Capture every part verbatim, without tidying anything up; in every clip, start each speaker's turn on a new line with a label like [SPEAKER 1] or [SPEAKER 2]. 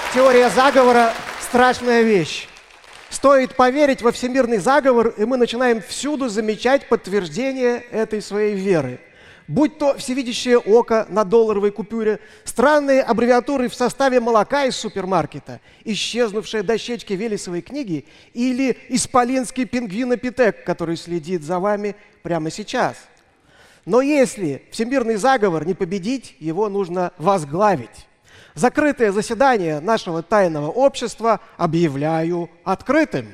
[SPEAKER 1] Теория заговора – страшная вещь. Стоит поверить во всемирный заговор, и мы начинаем всюду замечать подтверждение этой своей веры. Будь то всевидящее око на долларовой купюре, странные аббревиатуры в составе молока из супермаркета, исчезнувшие дощечки Велесовой книги или исполинский пингвинопитек, который следит за вами прямо сейчас. Но если всемирный заговор не победить, его нужно возглавить. Закрытое заседание нашего тайного общества объявляю открытым.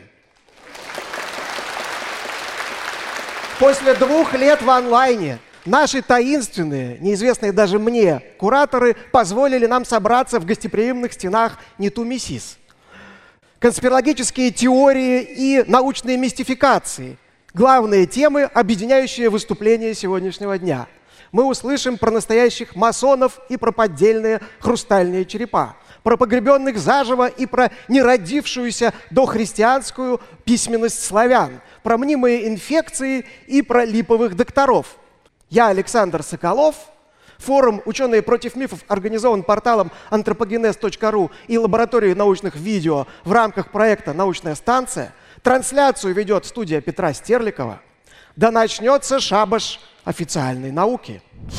[SPEAKER 1] После двух лет в онлайне наши таинственные, неизвестные даже мне, кураторы позволили нам собраться в гостеприимных стенах Нету-Мисис. Конспирологические теории и научные мистификации – главные темы, объединяющие выступления сегодняшнего дня. Мы услышим про настоящих масонов и про поддельные хрустальные черепа, про погребенных заживо и про неродившуюся дохристианскую письменность славян, про мнимые инфекции и про липовых докторов. Я Александр Соколов. Форум «Ученые против мифов» организован порталом антропогенез точка ру и лабораторией научных видео в рамках проекта «Научная станция». Трансляцию ведет студия Петра Стерликова. Да начнется шабаш официальной науки.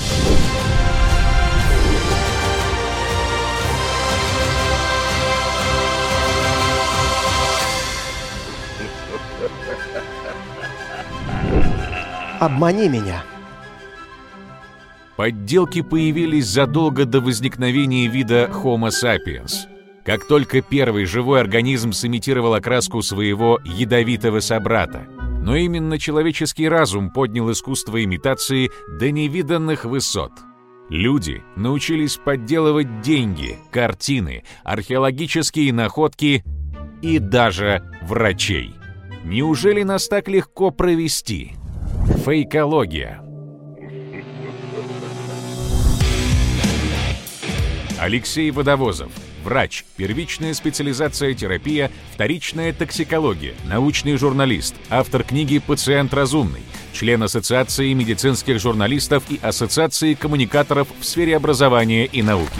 [SPEAKER 1] Обмани меня.
[SPEAKER 2] Подделки появились задолго до возникновения вида Homo sapiens. Как только первый живой организм сымитировал окраску своего ядовитого собрата. Но именно человеческий разум поднял искусство имитации до невиданных высот. Люди научились подделывать деньги, картины, археологические находки и даже врачей. Неужели нас так легко провести? Фейкология. Алексей Водовозов. Врач, первичная специализация терапия, вторичная токсикология, научный журналист, автор книги «Пациент разумный», член Ассоциации медицинских журналистов и Ассоциации коммуникаторов в сфере образования и науки.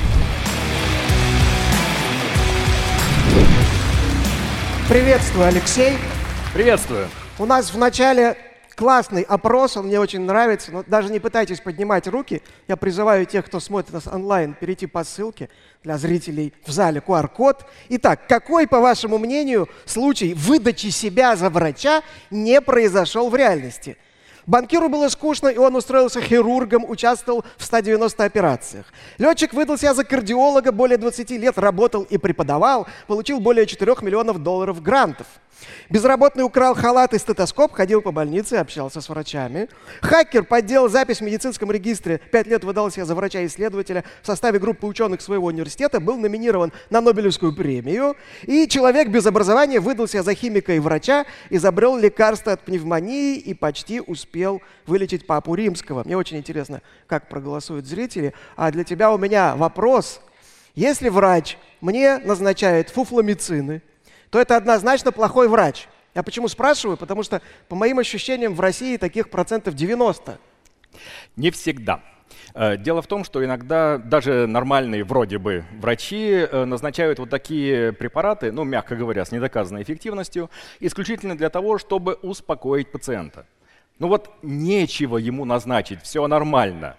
[SPEAKER 1] Приветствую, Алексей.
[SPEAKER 3] Приветствую.
[SPEAKER 1] У нас в начале классный опрос, он мне очень нравится, но даже не пытайтесь поднимать руки. Я призываю тех, кто смотрит нас онлайн, перейти по ссылке для зрителей в зале ку ар код. Итак, какой, по вашему мнению, случай выдачи себя за врача не произошел в реальности? Банкиру было скучно, и он устроился хирургом, участвовал в ста девяноста операциях. Летчик выдал себя за кардиолога, более двадцати лет работал и преподавал, получил более четырёх миллионов долларов грантов. Безработный украл халат и стетоскоп, ходил по больнице, общался с врачами. Хакер подделал запись в медицинском регистре, пять лет выдал себя за врача-исследователя в составе группы ученых своего университета, был номинирован на Нобелевскую премию. И человек без образования выдал себя за химика и врача, изобрел лекарство от пневмонии и почти успел вылечить папу римского. Мне очень интересно, как проголосуют зрители. А для тебя у меня вопрос. Если врач мне назначает фуфломицины, то это однозначно плохой врач. Я почему спрашиваю? Потому что, по моим ощущениям, в России таких процентов девяносто.
[SPEAKER 3] Не всегда. Дело в том, что иногда даже нормальные вроде бы врачи назначают вот такие препараты, ну, мягко говоря, с недоказанной эффективностью, исключительно для того, чтобы успокоить пациента. Ну вот нечего ему назначить, все нормально.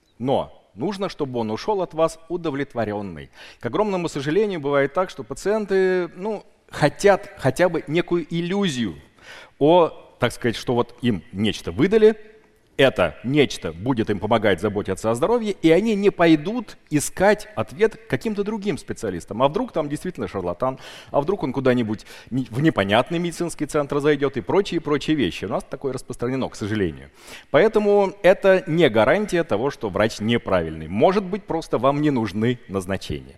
[SPEAKER 3] Но нужно, чтобы он ушел от вас удовлетворенный. К огромному сожалению, бывает так, что пациенты, ну, хотят хотя бы некую иллюзию о, так сказать, что вот им нечто выдали, это нечто будет им помогать заботиться о здоровье, и они не пойдут искать ответ к каким-то другим специалистам. А вдруг там действительно шарлатан, а вдруг он куда-нибудь в непонятный медицинский центр зайдет и прочие-прочие вещи. У нас такое распространено, к сожалению. Поэтому это не гарантия того, что врач неправильный. Может быть, просто вам не нужны назначения.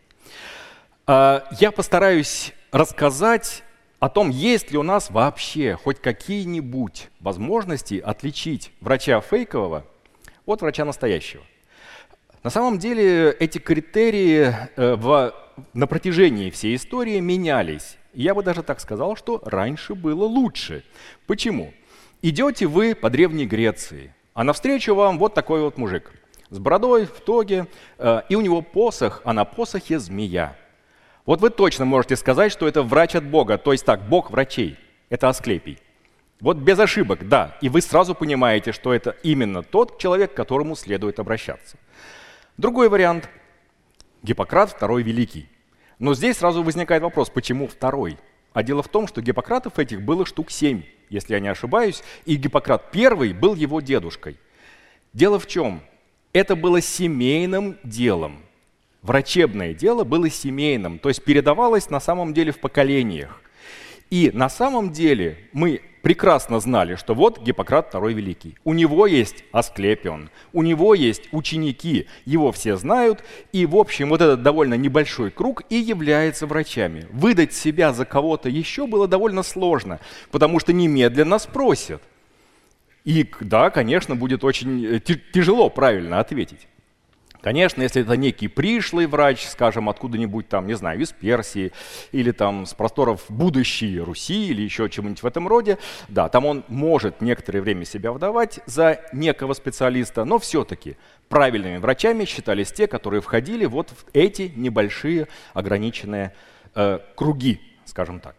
[SPEAKER 3] Я постараюсь рассказать о том, есть ли у нас вообще хоть какие-нибудь возможности отличить врача фейкового от врача настоящего. На самом деле эти критерии в, на протяжении всей истории менялись. Я бы даже так сказал, что раньше было лучше. Почему? Идете вы по Древней Греции, а навстречу вам вот такой вот мужик с бородой, в тоге, и у него посох, а на посохе змея. Вот вы точно можете сказать, что это врач от Бога, то есть так, Бог врачей. Это Асклепий. Вот без ошибок, да. И вы сразу понимаете, что это именно тот человек, к которому следует обращаться. Другой вариант. Гиппократ второй Великий. Но здесь сразу возникает вопрос, почему второй? А дело в том, что Гиппократов этих было штук семь, если я не ошибаюсь, и Гиппократ первый был его дедушкой. Дело в чем? Это было семейным делом. Врачебное дело было семейным, то есть передавалось на самом деле в поколениях. И на самом деле мы прекрасно знали, что вот Гиппократ второй Великий. У него есть Асклепион, у него есть ученики, его все знают, и в общем вот этот довольно небольшой круг и является врачами. Выдать себя за кого-то еще было довольно сложно, потому что немедленно спросят. И да, конечно, будет очень тяжело правильно ответить. Конечно, если это некий пришлый врач, скажем, откуда-нибудь там, не знаю, из Персии, или там с просторов будущей Руси, или еще чего-нибудь в этом роде, да, там он может некоторое время себя выдавать за некого специалиста, но все-таки правильными врачами считались те, которые входили вот в эти небольшие ограниченные э, круги, скажем так.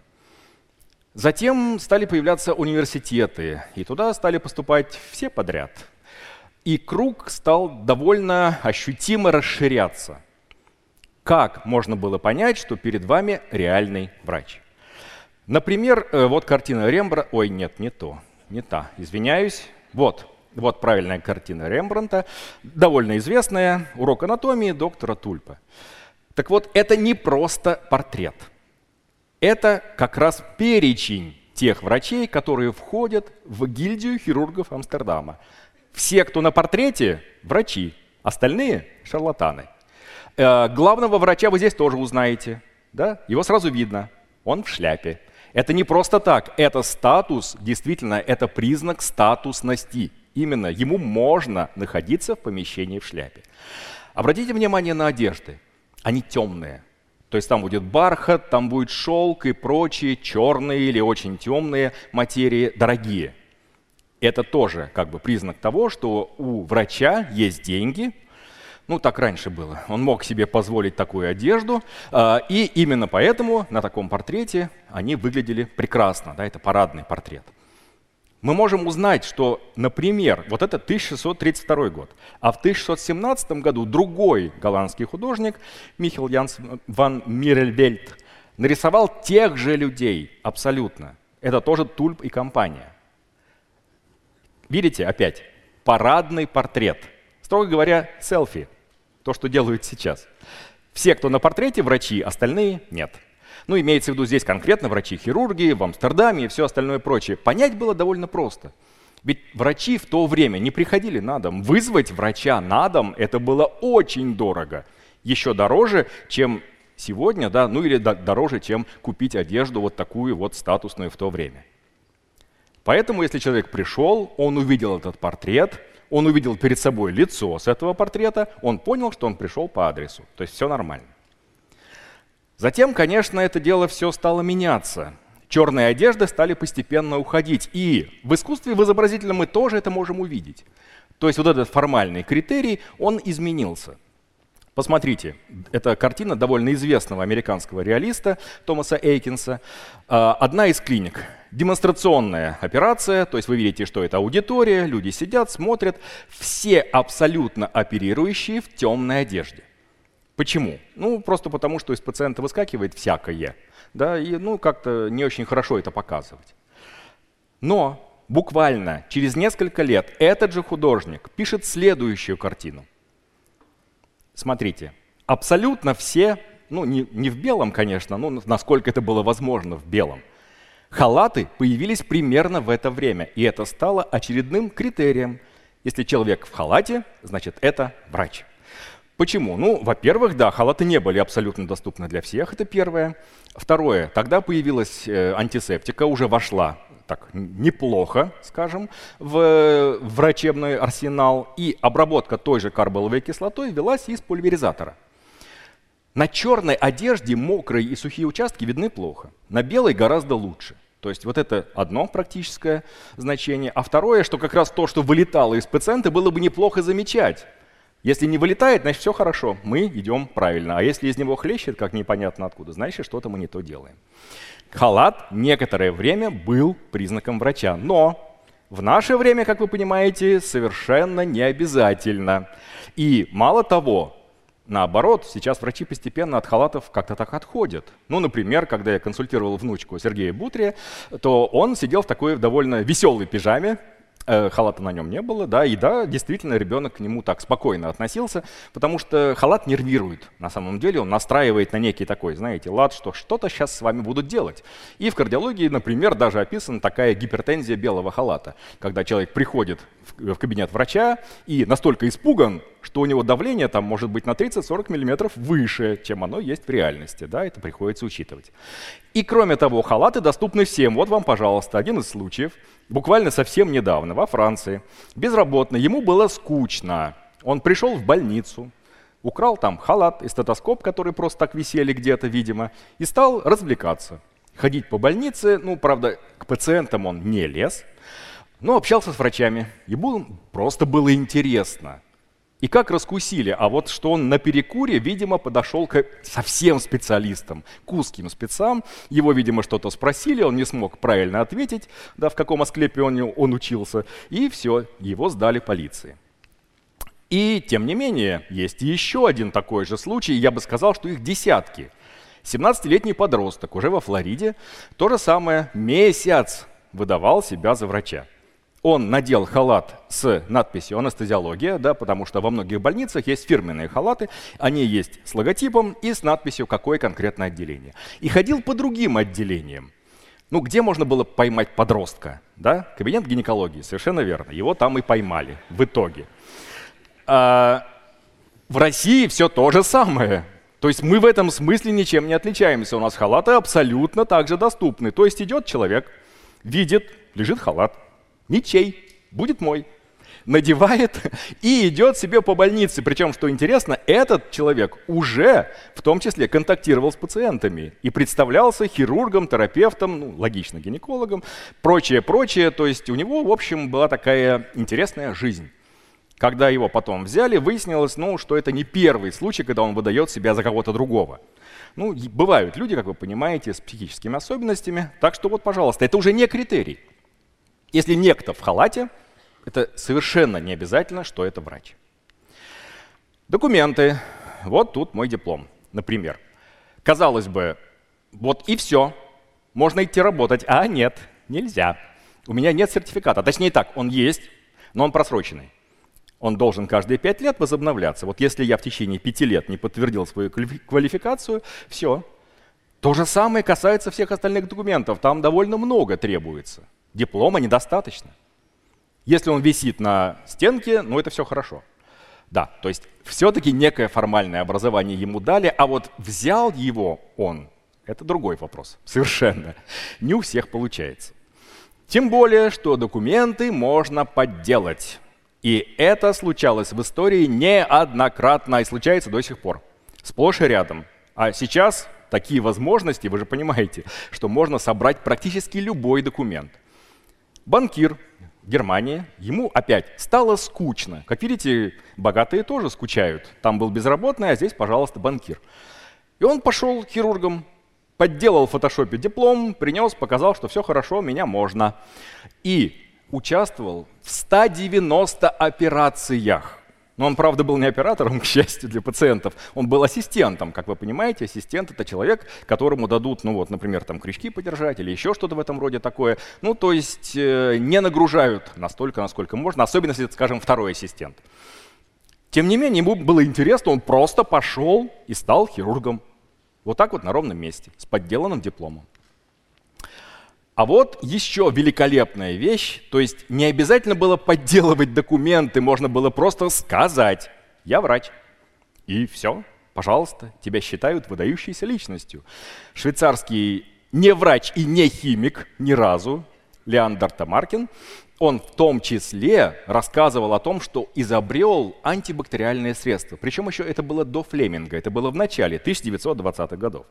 [SPEAKER 3] Затем стали появляться университеты, и туда стали поступать все подряд. И круг стал довольно ощутимо расширяться. Как можно было понять, что перед вами реальный врач? Например, вот картина Рембрандта. Ой, нет, не то, не та, извиняюсь. Вот, вот правильная картина Рембрандта, довольно известная, урок анатомии доктора Тульпа. Так вот, это не просто портрет. Это как раз перечень тех врачей, которые входят в гильдию хирургов Амстердама. Все, кто на портрете, врачи, остальные – шарлатаны. Э, главного врача вы здесь тоже узнаете. Да? Его сразу видно, он в шляпе. Это не просто так, это статус, действительно, это признак статусности. Именно ему можно находиться в помещении в шляпе. Обратите внимание на одежды, они темные. То есть там будет бархат, там будет шелк и прочие черные или очень темные материи, дорогие. Это тоже как бы признак того, что у врача есть деньги. Ну, так раньше было. Он мог себе позволить такую одежду. И именно поэтому на таком портрете они выглядели прекрасно. Да, это парадный портрет. Мы можем узнать, что, например, вот это тысяча шестьсот тридцать второй год, а в тысяча шестьсот семнадцатом году другой голландский художник, Михель Янс ван Мирельвельт, нарисовал тех же людей абсолютно. Это тоже Тульп и компания. Видите, опять, парадный портрет. Строго говоря, селфи. То, что делают сейчас. Все, кто на портрете, врачи, остальные нет. Ну, имеется в виду здесь конкретно врачи-хирурги в Амстердаме и все остальное прочее. Понять было довольно просто. Ведь врачи в то время не приходили на дом. Вызвать врача на дом – это было очень дорого. Еще дороже, чем сегодня, да, ну или дороже, чем купить одежду вот такую вот статусную в то время. Поэтому, если человек пришел, он увидел этот портрет, он увидел перед собой лицо с этого портрета, он понял, что он пришел по адресу. То есть все нормально. Затем, конечно, это дело все стало меняться. Черные одежды стали постепенно уходить. И в искусстве, в изобразительном мы тоже это можем увидеть. То есть вот этот формальный критерий, он изменился. Посмотрите, это картина довольно известного американского реалиста Томаса Эйкинса. Одна из клиник. Демонстрационная операция, то есть вы видите, что это аудитория, люди сидят, смотрят. Все абсолютно оперирующие в темной одежде. Почему? Ну, просто потому, что из пациента выскакивает всякое. Да, и ну, как-то не очень хорошо это показывать. Но буквально через несколько лет этот же художник пишет следующую картину. Смотрите, абсолютно все, ну не, не в белом, конечно, но насколько это было возможно в белом, халаты появились примерно в это время, и это стало очередным критерием. Если человек в халате, значит это врач. Почему? Ну, во-первых, да, халаты не были абсолютно доступны для всех, это первое. Второе, тогда появилась э, антисептика, уже вошла так неплохо, скажем, в врачебный арсенал, и обработка той же карболовой кислотой велась из пульверизатора. На черной одежде мокрые и сухие участки видны плохо, на белой гораздо лучше. То есть вот это одно практическое значение. А второе, что как раз то, что вылетало из пациента, было бы неплохо замечать. Если не вылетает, значит, все хорошо, мы идем правильно. А если из него хлещет, как непонятно откуда, значит, что-то мы не то делаем. Халат некоторое время был признаком врача, но в наше время, как вы понимаете, совершенно не обязательно. И мало того, наоборот, сейчас врачи постепенно от халатов как-то так отходят. Ну, например, когда я консультировал внучку Сергея Бутрия, то он сидел в такой довольно веселой пижаме, э, халата на нем не было, да, и да, действительно, ребенок к нему так спокойно относился, потому что халат нервирует. На самом деле он настраивает на некий такой, знаете, лад, что что-то сейчас с вами будут делать. И в кардиологии, например, даже описана такая гипертензия белого халата, когда человек приходит в, в кабинет врача и настолько испуган, что у него давление там может быть на тридцать-сорок миллиметров выше, чем оно есть в реальности. Да, это приходится учитывать. И кроме того, халаты доступны всем. Вот вам, пожалуйста, один из случаев. Буквально совсем недавно во Франции безработный, ему было скучно. Он пришел в больницу, украл там халат и стетоскоп, которые просто так висели где-то, видимо, и стал развлекаться. Ходить по больнице, ну, правда, к пациентам он не лез, но общался с врачами. Ему просто было интересно. И как раскусили, а вот что он на перекуре, видимо, подошел к совсем специалистам, к узким спецам. Его, видимо, что-то спросили, он не смог правильно ответить, да, в каком асклепе он, он учился, и все, его сдали полиции. И, тем не менее, есть еще один такой же случай, я бы сказал, что их десятки. семнадцатилетний подросток уже во Флориде, то же самое, месяц выдавал себя за врача. Он надел халат с надписью «анестезиология», да, потому что во многих больницах есть фирменные халаты, они есть с логотипом и с надписью «какое конкретное отделение». И ходил по другим отделениям. Ну, где можно было поймать подростка? Да? Кабинет гинекологии, совершенно верно. Его там и поймали в итоге. А в России все то же самое. То есть мы в этом смысле ничем не отличаемся. У нас халаты абсолютно также доступны. То есть идет человек, видит, лежит халат. Ничей, будет мой. Надевает и идет себе по больнице. Причем, что интересно, этот человек уже в том числе контактировал с пациентами и представлялся хирургом, терапевтом, ну, логично, гинекологом, прочее, прочее. То есть у него, в общем, была такая интересная жизнь. Когда его потом взяли, выяснилось, ну, что это не первый случай, когда он выдает себя за кого-то другого. Ну, бывают люди, как вы понимаете, с психическими особенностями. Так что вот, пожалуйста, это уже не критерий. Если некто в халате, это совершенно не обязательно, что это врач. Документы. Вот тут мой диплом, например. Казалось бы, вот и все. Можно идти работать. А нет, нельзя. У меня нет сертификата. Точнее так, он есть, но он просроченный. Он должен каждые пять лет возобновляться. Вот если я в течение пяти лет не подтвердил свою квалификацию, все. То же самое касается всех остальных документов. Там довольно много требуется. Диплома недостаточно. Если он висит на стенке, ну это все хорошо. Да, то есть все-таки некое формальное образование ему дали, а вот взял его он, это другой вопрос. Совершенно. Не у всех получается. Тем более, что документы можно подделать. И это случалось в истории неоднократно и случается до сих пор. Сплошь и рядом. А сейчас такие возможности, вы же понимаете, что можно собрать практически любой документ. Банкир в Германии, ему опять стало скучно. Как видите, богатые тоже скучают. Там был безработный, а здесь, пожалуйста, банкир. И он пошел к хирургам, подделал в фотошопе диплом, принес, показал, что все хорошо, меня можно. И участвовал в ста девяноста операциях. Но он, правда, был не оператором, к счастью, для пациентов. Он был ассистентом. Как вы понимаете, ассистент — это человек, которому дадут, ну вот, например, там крючки подержать или еще что-то в этом роде такое. Ну, то есть э, не нагружают настолько, насколько можно, особенно если это, скажем, второй ассистент. Тем не менее, ему было интересно, он просто пошел и стал хирургом. Вот так вот на ровном месте, с подделанным дипломом. А вот еще великолепная вещь, то есть не обязательно было подделывать документы, можно было просто сказать: «Я врач». И все, пожалуйста, тебя считают выдающейся личностью. Швейцарский не врач и не химик ни разу, Леандр Тамаркин, он в том числе рассказывал о том, что изобрел антибактериальное средство. Причем еще это было до Флеминга, это было в начале тысяча девятьсот двадцатых годов.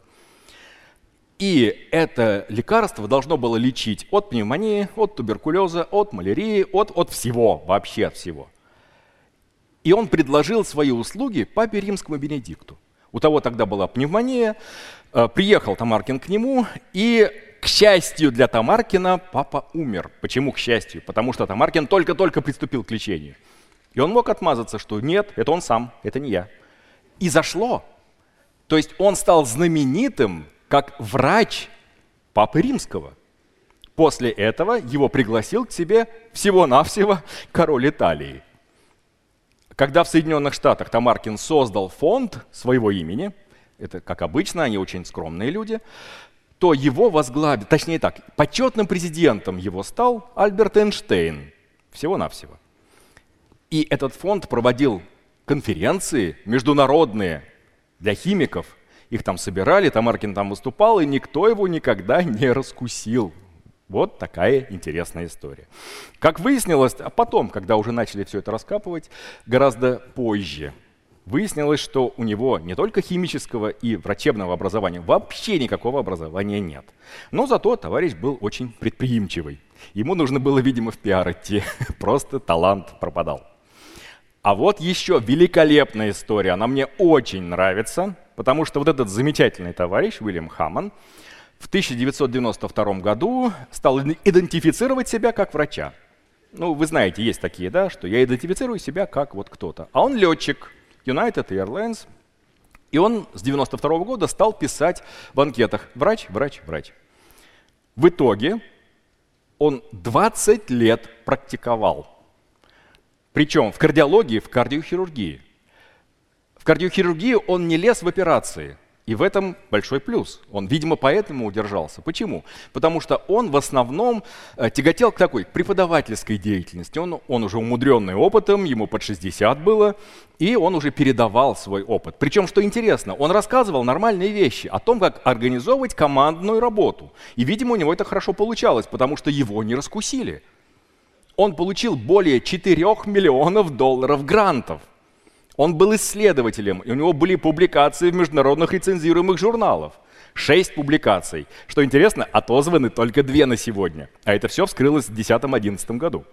[SPEAKER 3] И это лекарство должно было лечить от пневмонии, от туберкулеза, от малярии, от, от всего, вообще от всего. И он предложил свои услуги папе Римскому Бенедикту. У того тогда была пневмония, приехал Тамаркин к нему, и, к счастью для Тамаркина, папа умер. Почему к счастью? Потому что Тамаркин только-только приступил к лечению. И он мог отмазаться, что нет, это он сам, это не я. И зашло. То есть он стал знаменитым как врач папы Римского. После этого его пригласил к себе всего-навсего король Италии. Когда в Соединенных Штатах Тамаркин создал фонд своего имени, это, как обычно, они очень скромные люди, то его возглавил, точнее так, почетным президентом его стал Альберт Эйнштейн, всего-навсего. И этот фонд проводил конференции международные для химиков. Их там собирали, Тамаркин там выступал, и никто его никогда не раскусил. Вот такая интересная история. Как выяснилось, а потом, когда уже начали все это раскапывать, гораздо позже, выяснилось, что у него не только химического и врачебного образования, вообще никакого образования нет. Но зато товарищ был очень предприимчивый. Ему нужно было, видимо, в пиар идти, просто талант пропадал. А вот еще великолепная история, она мне очень нравится, потому что вот этот замечательный товарищ, Уильям Хаммон, в тысяча девятьсот девяносто втором году стал идентифицировать себя как врача. Ну, вы знаете, есть такие, да, что я идентифицирую себя как вот кто-то. А он летчик United Airlines, и он с девяносто второго года стал писать в анкетах «врач, врач, врач». В итоге он двадцать лет практиковал. Причем в кардиологии, в кардиохирургии. В кардиохирургии он не лез в операции. И в этом большой плюс. Он, видимо, поэтому удержался. Почему? Потому что он в основном тяготел к такой преподавательской деятельности. Он, он уже умудренный опытом, ему под шестьдесят было, и он уже передавал свой опыт. Причем, что интересно, он рассказывал нормальные вещи о том, как организовывать командную работу. И, видимо, у него это хорошо получалось, потому что его не раскусили. Он получил более четырёх миллионов долларов грантов. Он был исследователем, и у него были публикации в международных рецензируемых журналах. Шесть публикаций. Что интересно, отозваны только две на сегодня. А это все вскрылось в две тысячи десятом-одиннадцатом году.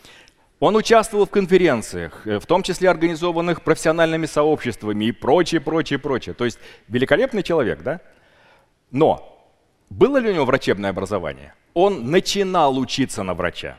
[SPEAKER 3] Он участвовал в конференциях, в том числе организованных профессиональными сообществами и прочее, прочее, прочее. То есть великолепный человек, да? Но было ли у него врачебное образование? Он начинал учиться на врача,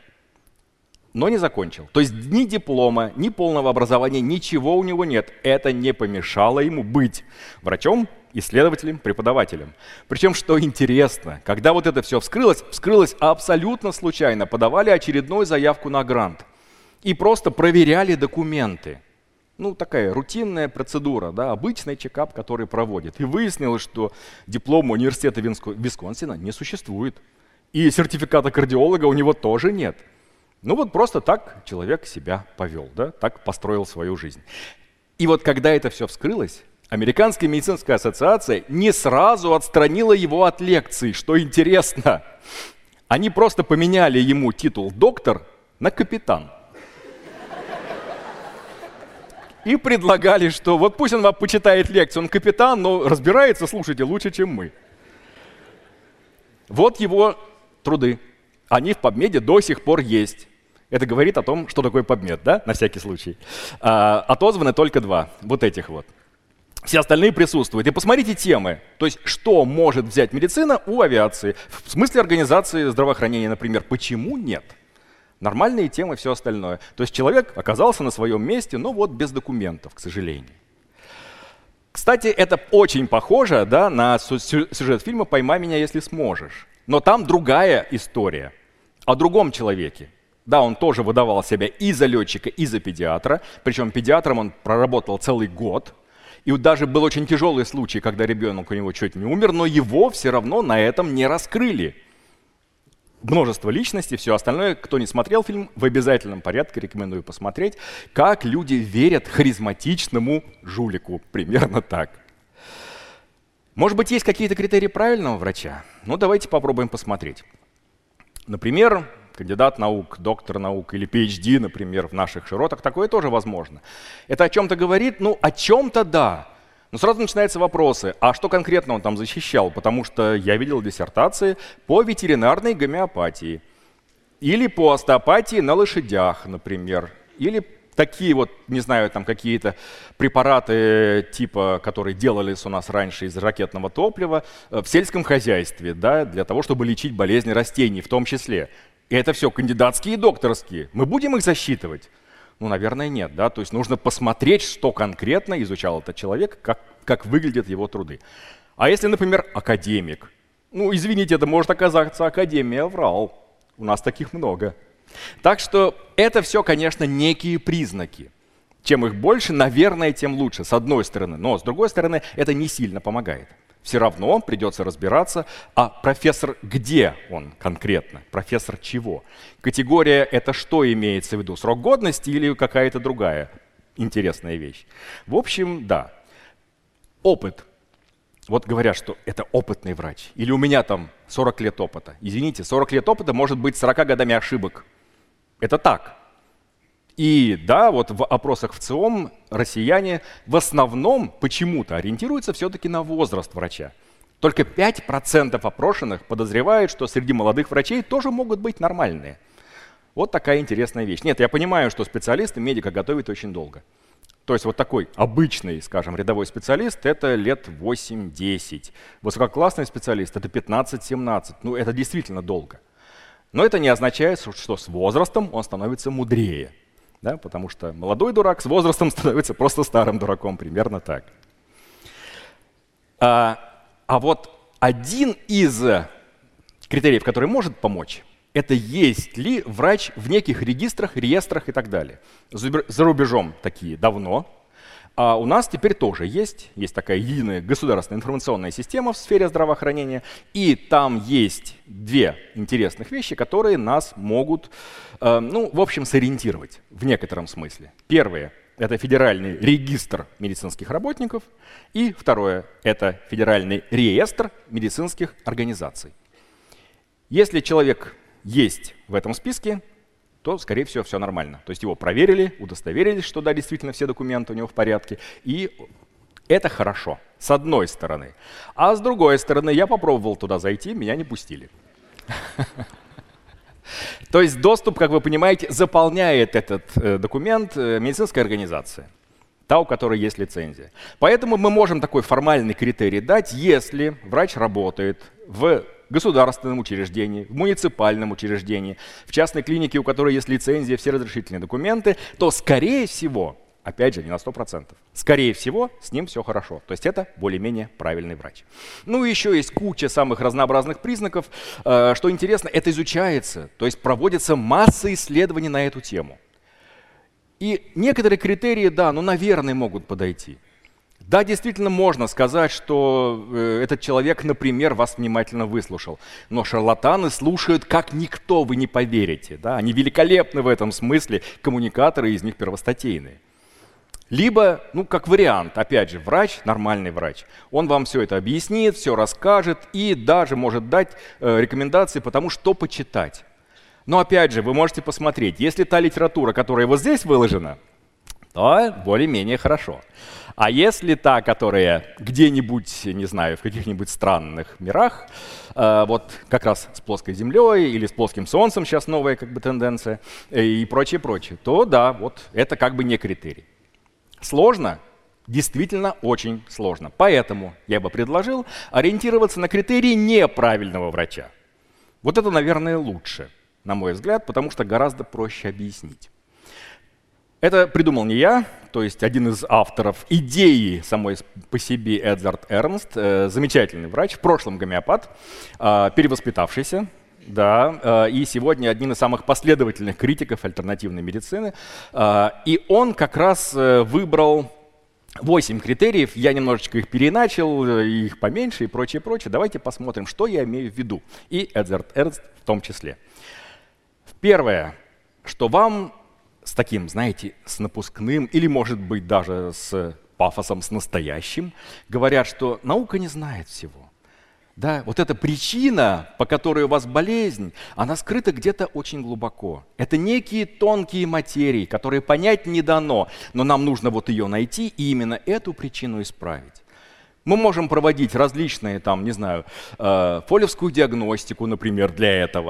[SPEAKER 3] но не закончил. То есть ни диплома, ни полного образования, ничего у него нет. Это не помешало ему быть врачом, исследователем, преподавателем. Причем, что интересно, когда вот это все вскрылось, вскрылось абсолютно случайно. Подавали очередную заявку на грант и просто проверяли документы. Ну, такая рутинная процедура, да, обычный чекап, который проводит. И выяснилось, что диплома университета Висконсина не существует. И сертификата кардиолога у него тоже нет. Ну вот просто так человек себя повел, да, так построил свою жизнь. И вот когда это все вскрылось, Американская медицинская ассоциация не сразу отстранила его от лекций, что интересно. Они просто поменяли ему титул доктор на капитан. И предлагали, что вот пусть он вам почитает лекцию, он капитан, но разбирается, слушайте, лучше, чем мы. Вот его труды. Они в PubMed до сих пор есть. Это говорит о том, что такое PubMed, да, на всякий случай. А, отозваны только два, вот этих вот. Все остальные присутствуют. И посмотрите темы. То есть, что может взять медицина у авиации? В смысле организации здравоохранения, например. Почему нет? Нормальные темы, все остальное. То есть человек оказался на своем месте, но вот без документов, к сожалению. Кстати, это очень похоже, да, на сюжет фильма «Поймай меня, если сможешь». Но там другая история о другом человеке. Да, он тоже выдавал себя и за летчика, и за педиатра. Причем педиатром он проработал целый год. И даже был очень тяжелый случай, когда ребенок у него чуть не умер, но его все равно на этом не раскрыли. Множество личностей, все остальное. Кто не смотрел фильм, в обязательном порядке рекомендую посмотреть, как люди верят харизматичному жулику. Примерно так. Может быть, есть какие-то критерии правильного врача? Ну, давайте попробуем посмотреть. Например, кандидат наук, доктор наук или пи эйч ди, например, в наших широтах, такое тоже возможно. Это о чем-то говорит? Ну, о чем-то да. Но сразу начинаются вопросы, а что конкретно он там защищал? Потому что я видел диссертации по ветеринарной гомеопатии, или по остеопатии на лошадях, например, или такие вот, не знаю, там какие-то препараты типа, которые делались у нас раньше из ракетного топлива в сельском хозяйстве, да, для того, чтобы лечить болезни растений в том числе. И это все кандидатские и докторские. Мы будем их засчитывать? Ну, наверное, нет, да. То есть нужно посмотреть, что конкретно изучал этот человек, как, как выглядят его труды. А если, например, академик? Ну, извините, это может оказаться академия врал. У нас таких много. Так что это все, конечно, некие признаки. Чем их больше, наверное, тем лучше, с одной стороны. Но с другой стороны, это не сильно помогает. Все равно придется разбираться, а профессор где он конкретно? Профессор чего? Категория — это что имеется в виду? Срок годности или какая-то другая интересная вещь? В общем, да. Опыт. Вот говорят, что это опытный врач. Или у меня там сорок лет опыта. Извините, сорок лет опыта может быть сорока годами ошибок. Это так. И да, вот в опросах ВЦИОМ россияне в основном почему-то ориентируются все-таки на возраст врача. Только пять процентов опрошенных подозревают, что среди молодых врачей тоже могут быть нормальные. Вот такая интересная вещь. Нет, я понимаю, что специалисты медика готовят очень долго. То есть вот такой обычный, скажем, рядовой специалист — это лет восемь-десять. Высококлассный специалист — это пятнадцать-семнадцать. Ну, это действительно долго. Но это не означает, что с возрастом он становится мудрее. Да? Потому что молодой дурак с возрастом становится просто старым дураком. Примерно так. А, а вот один из критериев, который может помочь, это есть ли врач в неких регистрах, реестрах и так далее. За рубежом такие давно. А у нас теперь тоже есть. Есть такая единая государственная информационная система в сфере здравоохранения. И там есть две интересных вещи, которые нас могут, э, ну, в общем, сориентировать в некотором смысле. Первое — это федеральный регистр медицинских работников. И второе — это федеральный реестр медицинских организаций. Если человек есть в этом списке, то, скорее всего, все нормально. То есть его проверили, удостоверились, что да, действительно все документы у него в порядке. И это хорошо, с одной стороны. А с другой стороны, я попробовал туда зайти, меня не пустили. То есть доступ, как вы понимаете, заполняет этот документ медицинская организация, та, у которой есть лицензия. Поэтому мы можем такой формальный критерий дать, если врач работает в государственном учреждении, в муниципальном учреждении, в частной клинике, у которой есть лицензия, все разрешительные документы, то, скорее всего, опять же, не на сто процентов, скорее всего, с ним все хорошо. То есть это более-менее правильный врач. Ну и еще есть куча самых разнообразных признаков. Что интересно, это изучается, то есть проводится масса исследований на эту тему. И некоторые критерии, да, ну, наверное, могут подойти. Да, действительно можно сказать, что э, этот человек, например, вас внимательно выслушал. Но шарлатаны слушают как никто, вы не поверите. Да? Они великолепны в этом смысле, коммуникаторы из них первостатейные. Либо, ну, как вариант, опять же, врач, нормальный врач, он вам все это объяснит, все расскажет и даже может дать э, рекомендации по тому, что почитать. Но опять же, вы можете посмотреть, если та литература, которая вот здесь выложена, то более-менее хорошо. А если та, которая где-нибудь, не знаю, в каких-нибудь странных мирах, э, вот как раз с плоской Землей или с плоским Солнцем, сейчас новая как бы тенденция, э, и прочее, прочее, то да, вот это как бы не критерий. Сложно? Действительно очень сложно. Поэтому я бы предложил ориентироваться на критерии неправильного врача. Вот это, наверное, лучше, на мой взгляд, потому что гораздо проще объяснить. Это придумал не я, то есть один из авторов идеи самой по себе Эдвард Эрнст, э, замечательный врач, в прошлом гомеопат, э, перевоспитавшийся, да, э, и сегодня один из самых последовательных критиков альтернативной медицины. Э, и он как раз э, выбрал восемь критериев, я немножечко их переначал, их поменьше и прочее, прочее. Давайте посмотрим, что я имею в виду, и Эдвард Эрнст в том числе. Первое, что вам с таким, знаете, с напускным или, может быть, даже с пафосом, с настоящим, говорят, что наука не знает всего. Да, вот эта причина, по которой у вас болезнь, она скрыта где-то очень глубоко. Это некие тонкие материи, которые понять не дано, но нам нужно вот ее найти и именно эту причину исправить. Мы можем проводить различные, там, не знаю, э, фолиевскую диагностику, например, для этого,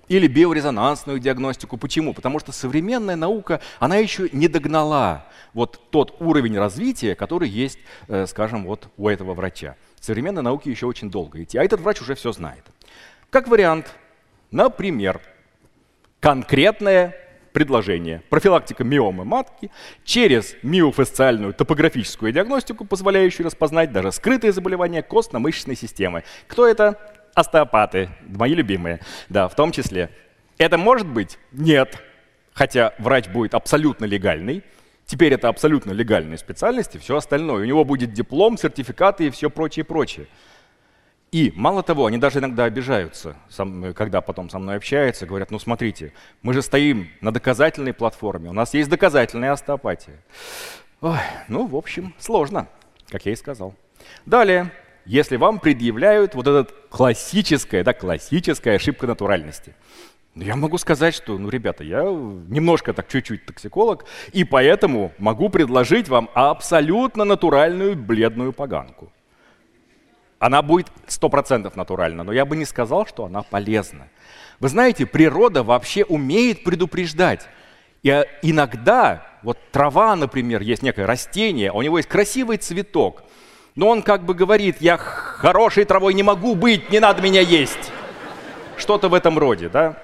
[SPEAKER 3] Или биорезонансную диагностику. Почему? Потому что современная наука, она еще не догнала вот тот уровень развития, который есть, скажем, вот у этого врача. Современной науке еще очень долго идти, а этот врач уже все знает. Как вариант, например, конкретное предложение. Профилактика миомы матки через миофасциальную топографическую диагностику, позволяющую распознать даже скрытые заболевания костно-мышечной системы. Кто это? Остеопаты, мои любимые, да, в том числе. Это может быть? Нет. Хотя врач будет абсолютно легальный. Теперь это абсолютно легальные специальности, все остальное. У него будет диплом, сертификаты и все прочее, прочее. И мало того, они даже иногда обижаются, когда потом со мной общаются, говорят, ну смотрите, мы же стоим на доказательной платформе, у нас есть доказательная остеопатия. Ой, ну, в общем, сложно, как я и сказал. Далее. Если вам предъявляют вот эта классическая, да, классическая ошибка натуральности. Я могу сказать, что, ну, ребята, я немножко так чуть-чуть токсиколог, и поэтому могу предложить вам абсолютно натуральную бледную поганку. Она будет сто процентов натуральна, но я бы не сказал, что она полезна. Вы знаете, природа вообще умеет предупреждать. И иногда, вот трава, например, есть некое растение, у него есть красивый цветок, но он как бы говорит, я хорошей травой не могу быть, не надо меня есть. Что-то в этом роде, да?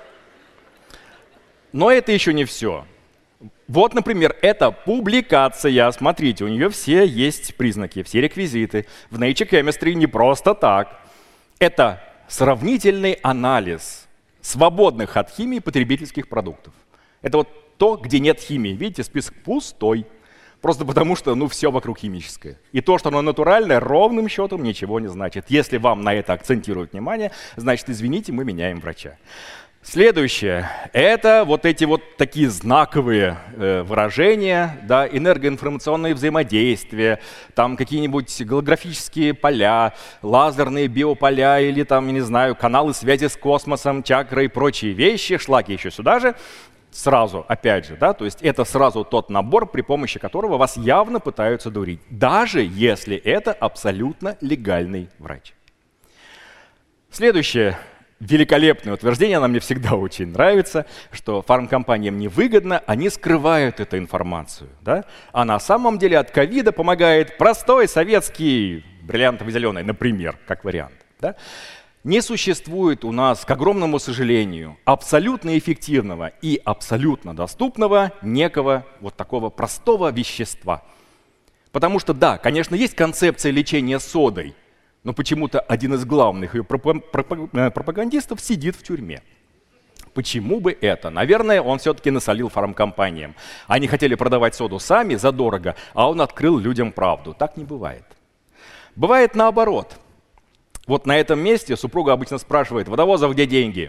[SPEAKER 3] Но это еще не все. Вот, например, эта публикация, смотрите, у нее все есть признаки, все реквизиты. В Nature Chemistry не просто так. Это сравнительный анализ свободных от химии потребительских продуктов. Это вот то, где нет химии. Видите, список пустой. Просто потому что, ну, все вокруг химическое. И то, что оно натуральное, ровным счетом ничего не значит. Если вам на это акцентируют внимание, значит, извините, мы меняем врача. Следующее – это вот эти вот такие знаковые э, выражения, да, энергоинформационные взаимодействия, там какие-нибудь голографические поля, лазерные биополя или там, я не знаю, каналы связи с космосом, чакры и прочие вещи, шлаки еще сюда же. Сразу, опять же, да, то есть это сразу тот набор, при помощи которого вас явно пытаются дурить, даже если это абсолютно легальный врач. Следующее великолепное утверждение, оно мне всегда очень нравится, что фармкомпаниям невыгодно, они скрывают эту информацию, да? А на самом деле от ковида помогает простой советский бриллиантовый зеленый, например, как вариант, да? Не существует у нас, к огромному сожалению, абсолютно эффективного и абсолютно доступного некого вот такого простого вещества. Потому что, да, конечно, есть концепция лечения содой, но почему-то один из главных ее пропагандистов сидит в тюрьме. Почему бы это? Наверное, он все-таки насолил фармкомпаниям. Они хотели продавать соду сами задорого, а он открыл людям правду. Так не бывает. Бывает наоборот. Вот на этом месте супруга обычно спрашивает, водовозов, где деньги?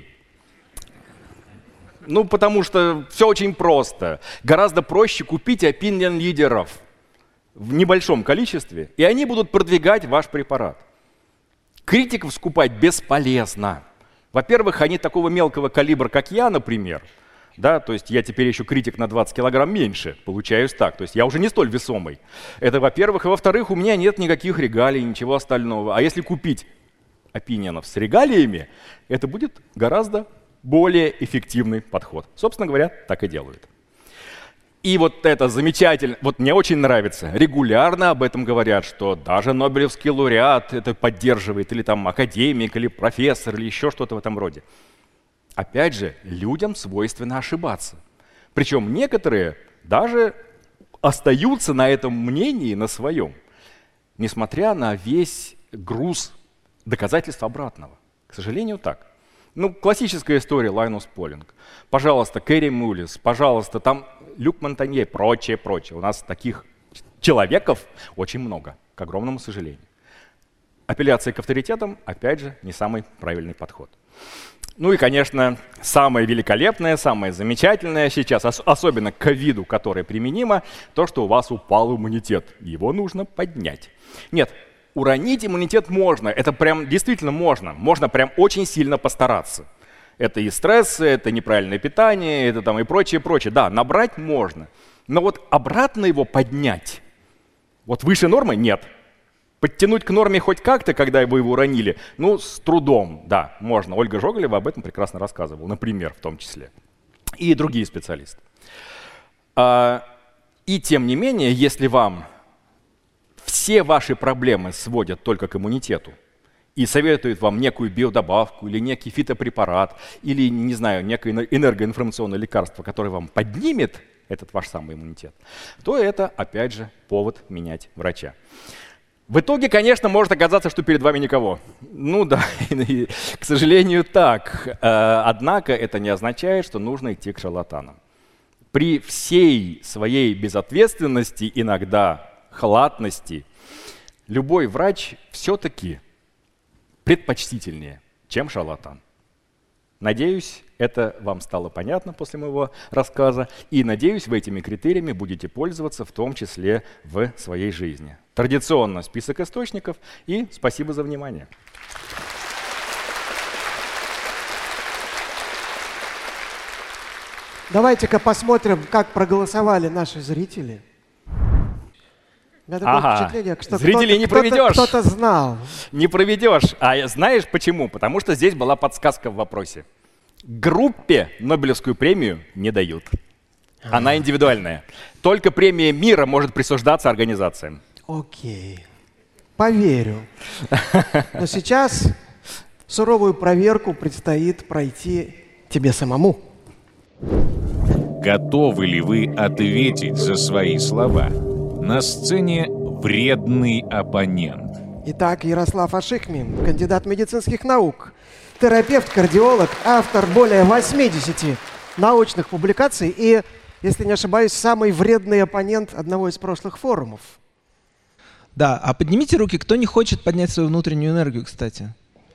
[SPEAKER 3] Ну, потому что все очень просто. Гораздо проще купить opinion лидеров в небольшом количестве, и они будут продвигать ваш препарат. Критиков скупать бесполезно. Во-первых, они такого мелкого калибра, как я, например, да, то есть я теперь еще критик на двадцать килограмм меньше, получаюсь так, то есть я уже не столь весомый. Это во-первых. И во-вторых, у меня нет никаких регалий, ничего остального. А если купить опинионов с регалиями, это будет гораздо более эффективный подход. Собственно говоря, так и делают. И вот это замечательно, вот мне очень нравится, регулярно об этом говорят, что даже Нобелевский лауреат это поддерживает, или там академик, или профессор, или еще что-то в этом роде. Опять же, людям свойственно ошибаться. Причем некоторые даже остаются на этом мнении, на своем, несмотря на весь груз доказательств обратного. К сожалению, так. Ну, классическая история Лайнус Полинг. Пожалуйста, Кэрри Мулис, пожалуйста, там Люк Монтанье, прочее, прочее. У нас таких человеков очень много, к огромному сожалению. Апелляция к авторитетам, опять же, не самый правильный подход. Ну и, конечно, самое великолепное, самое замечательное сейчас, особенно к ковиду, которое применимо, то, что у вас упал иммунитет. Его нужно поднять. Нет, уронить иммунитет можно, это прям действительно можно. Можно прям очень сильно постараться. Это и стрессы, это неправильное питание, это там и прочее, прочее. Да, набрать можно. Но вот обратно его поднять, вот выше нормы — нет. Подтянуть к норме хоть как-то, когда вы его уронили, ну, с трудом, да, можно. Ольга Жоголева об этом прекрасно рассказывала, например, в том числе. И другие специалисты. А, и тем не менее, если вам все ваши проблемы сводят только к иммунитету и советуют вам некую биодобавку или некий фитопрепарат, или, не знаю, некое энергоинформационное лекарство, которое вам поднимет этот ваш самый иммунитет, то это, опять же, повод менять врача. В итоге, конечно, может оказаться, что перед вами никого. Ну да, к сожалению, так. Однако это не означает, что нужно идти к шарлатанам. При всей своей безответственности, иногда халатности, любой врач все-таки предпочтительнее, чем шарлатан. Надеюсь, это вам стало понятно после моего рассказа, и надеюсь, вы этими критериями будете пользоваться в том числе в своей жизни. Традиционно список источников, и спасибо за внимание.
[SPEAKER 1] Давайте-ка посмотрим, как проголосовали наши зрители. У меня такое
[SPEAKER 3] Ага.
[SPEAKER 1] впечатление, что
[SPEAKER 3] Зрителей не
[SPEAKER 1] кто-то,
[SPEAKER 3] проведешь.
[SPEAKER 1] кто-то, кто-то знал.
[SPEAKER 3] Не проведешь. А знаешь почему? Потому что здесь была подсказка в вопросе. Группе Нобелевскую премию не дают. Она индивидуальная. Только премия мира может присуждаться организациям.
[SPEAKER 1] Окей. Поверю. Но сейчас суровую проверку предстоит пройти тебе самому.
[SPEAKER 2] Готовы ли вы ответить за свои слова? На сцене вредный оппонент.
[SPEAKER 1] Итак, Ярослав Ашихмин, кандидат медицинских наук, терапевт, кардиолог, автор более восьмидесяти научных публикаций и, если не ошибаюсь, самый вредный оппонент одного из прошлых форумов.
[SPEAKER 4] Да, а поднимите руки, кто не хочет поднять свою внутреннюю энергию, кстати.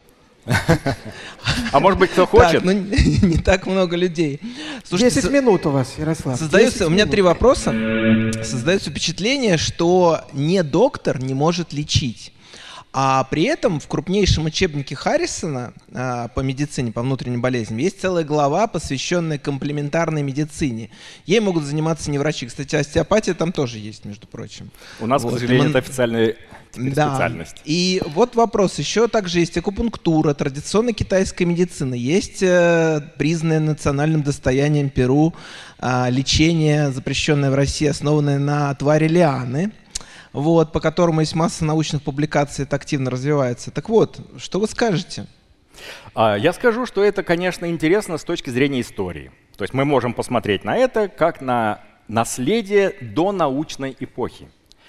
[SPEAKER 3] А может быть, кто хочет?
[SPEAKER 4] Так, ну, не так много людей. Слушайте,
[SPEAKER 1] десять минут у вас, Ярослав.
[SPEAKER 4] Создается, у меня
[SPEAKER 1] минут.
[SPEAKER 4] три вопроса. Создается впечатление, что не доктор не может лечить. А при этом в крупнейшем учебнике Харрисона а, по медицине, по внутренним болезням, есть целая глава, посвященная комплементарной медицине. Ей могут заниматься не врачи. Кстати, остеопатия там тоже есть, между прочим.
[SPEAKER 3] У нас,
[SPEAKER 4] Вот.
[SPEAKER 3] к сожалению,
[SPEAKER 4] Мы-
[SPEAKER 3] это официальная теперь
[SPEAKER 4] Да.
[SPEAKER 3] специальность.
[SPEAKER 4] И вот вопрос. Еще также есть акупунктура, традиционная китайская медицина. Есть э, признанное национальным достоянием Перу э, лечение, запрещенное в России, основанное на отваре лианы, вот, по которому есть масса научных публикаций, это активно развивается. Так вот, что вы скажете?
[SPEAKER 3] А, Я скажу, что это, конечно, интересно с точки зрения истории. То есть мы можем посмотреть на это как на наследие до научной эпохи.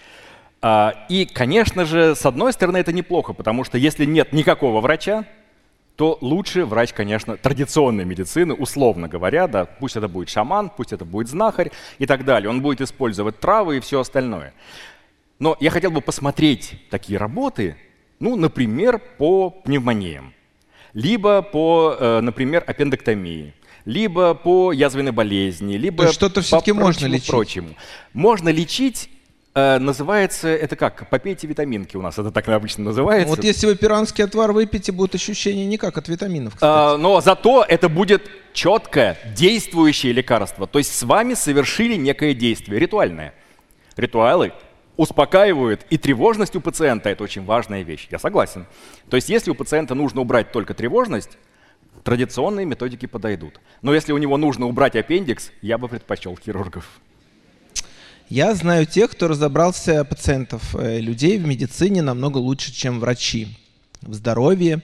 [SPEAKER 3] А, И, конечно же, с одной стороны, это неплохо, потому что если нет никакого врача, то лучше врач, конечно, традиционной медицины, условно говоря, да, пусть это будет шаман, пусть это будет знахарь и так далее. Он будет использовать травы и все остальное. Но я хотел бы посмотреть такие работы, ну, например, по пневмониям, либо по, э, например, аппендэктомии, либо по язвенной болезни, либо
[SPEAKER 4] То есть что-то
[SPEAKER 3] по
[SPEAKER 4] все-таки можно
[SPEAKER 3] прочему,
[SPEAKER 4] лечить?
[SPEAKER 3] прочему. Можно лечить, э, называется, это как, попейте витаминки у нас, это так обычно называется.
[SPEAKER 4] Вот если вы перуанский отвар выпьете, будет ощущение не как от витаминов, кстати.
[SPEAKER 3] А, но зато это будет четкое, действующее лекарство. То есть с вами совершили некое действие, ритуальное. Ритуалы успокаивают, и тревожность у пациента – это очень важная вещь. Я согласен. То есть если у пациента нужно убрать только тревожность, традиционные методики подойдут. Но если у него нужно убрать аппендикс, я бы предпочел хирургов.
[SPEAKER 4] Я знаю тех, кто разобрался, пациентов, э, людей в медицине намного лучше, чем врачи в здоровье.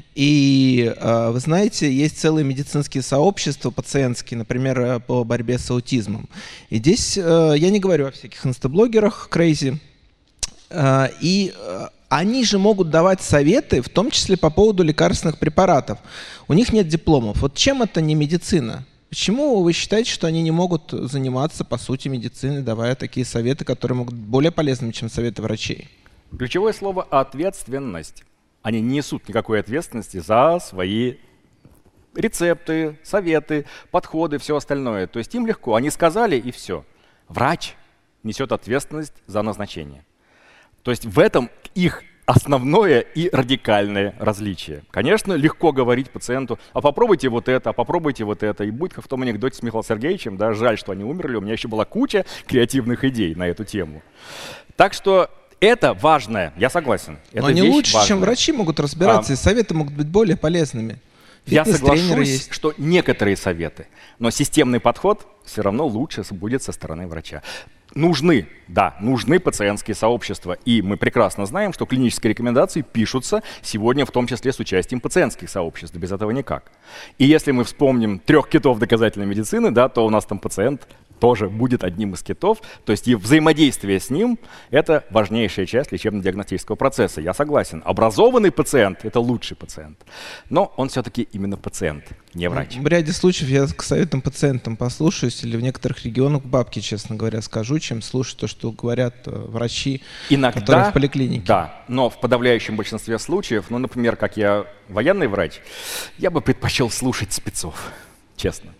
[SPEAKER 4] И э, вы знаете, есть целые медицинские сообщества пациентские, например, э, по борьбе с аутизмом. И здесь э, я не говорю о всяких инстаблогерах crazy. Э, и э, они же могут давать советы, в том числе по поводу лекарственных препаратов. У них нет дипломов. Вот чем это не медицина? Почему вы считаете, что они не могут заниматься, по сути, медициной, давая такие советы, которые могут быть более полезными, чем советы врачей?
[SPEAKER 3] Ключевое слово – ответственность. Они не несут никакой ответственности за свои рецепты, советы, подходы, все остальное. То есть им легко. Они сказали, и все. Врач несет ответственность за назначение. То есть в этом их основное и радикальное различие. Конечно, легко говорить пациенту, а попробуйте вот это, а попробуйте вот это. И будет как в том анекдоте с Михаилом Сергеевичем, да, жаль, что они умерли, у меня еще была куча креативных идей на эту тему. Так что Это важное, я согласен.
[SPEAKER 4] Но они лучше, важная. чем врачи могут разбираться, а, и советы могут быть более полезными.
[SPEAKER 3] Я соглашусь, есть. что некоторые советы, но системный подход все равно лучше будет со стороны врача. Нужны, да, нужны пациентские сообщества. И мы прекрасно знаем, что клинические рекомендации пишутся сегодня в том числе с участием пациентских сообществ. Без этого никак. И если мы вспомним трех китов доказательной медицины, да, то у нас там пациент тоже будет одним из китов. То есть и взаимодействие с ним – это важнейшая часть лечебно-диагностического процесса. Я согласен. Образованный пациент – это лучший пациент. Но он все-таки именно пациент, не врач.
[SPEAKER 4] В ряде случаев я к советам пациентам послушаюсь или в некоторых регионах бабки, честно говоря, скажу, чем слушать то, что говорят врачи,
[SPEAKER 3] Иногда,
[SPEAKER 4] которые в поликлинике.
[SPEAKER 3] Да, но в подавляющем большинстве случаев, ну, например, как я военный врач, я бы предпочел слушать спецов, честно.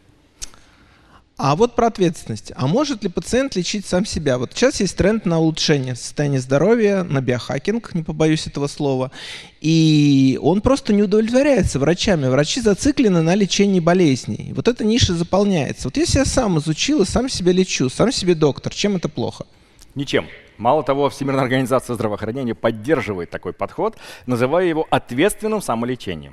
[SPEAKER 4] А вот про ответственность. А может ли пациент лечить сам себя? Вот сейчас есть тренд на улучшение состояния здоровья, на биохакинг, не побоюсь этого слова. И он просто не удовлетворяется врачами. Врачи зациклены на лечении болезней. Вот эта ниша заполняется. Вот если я сам изучил и сам себя лечу, сам себе доктор, чем это плохо?
[SPEAKER 3] Ничем. Мало того, Всемирная организация здравоохранения поддерживает такой подход, называя его ответственным самолечением.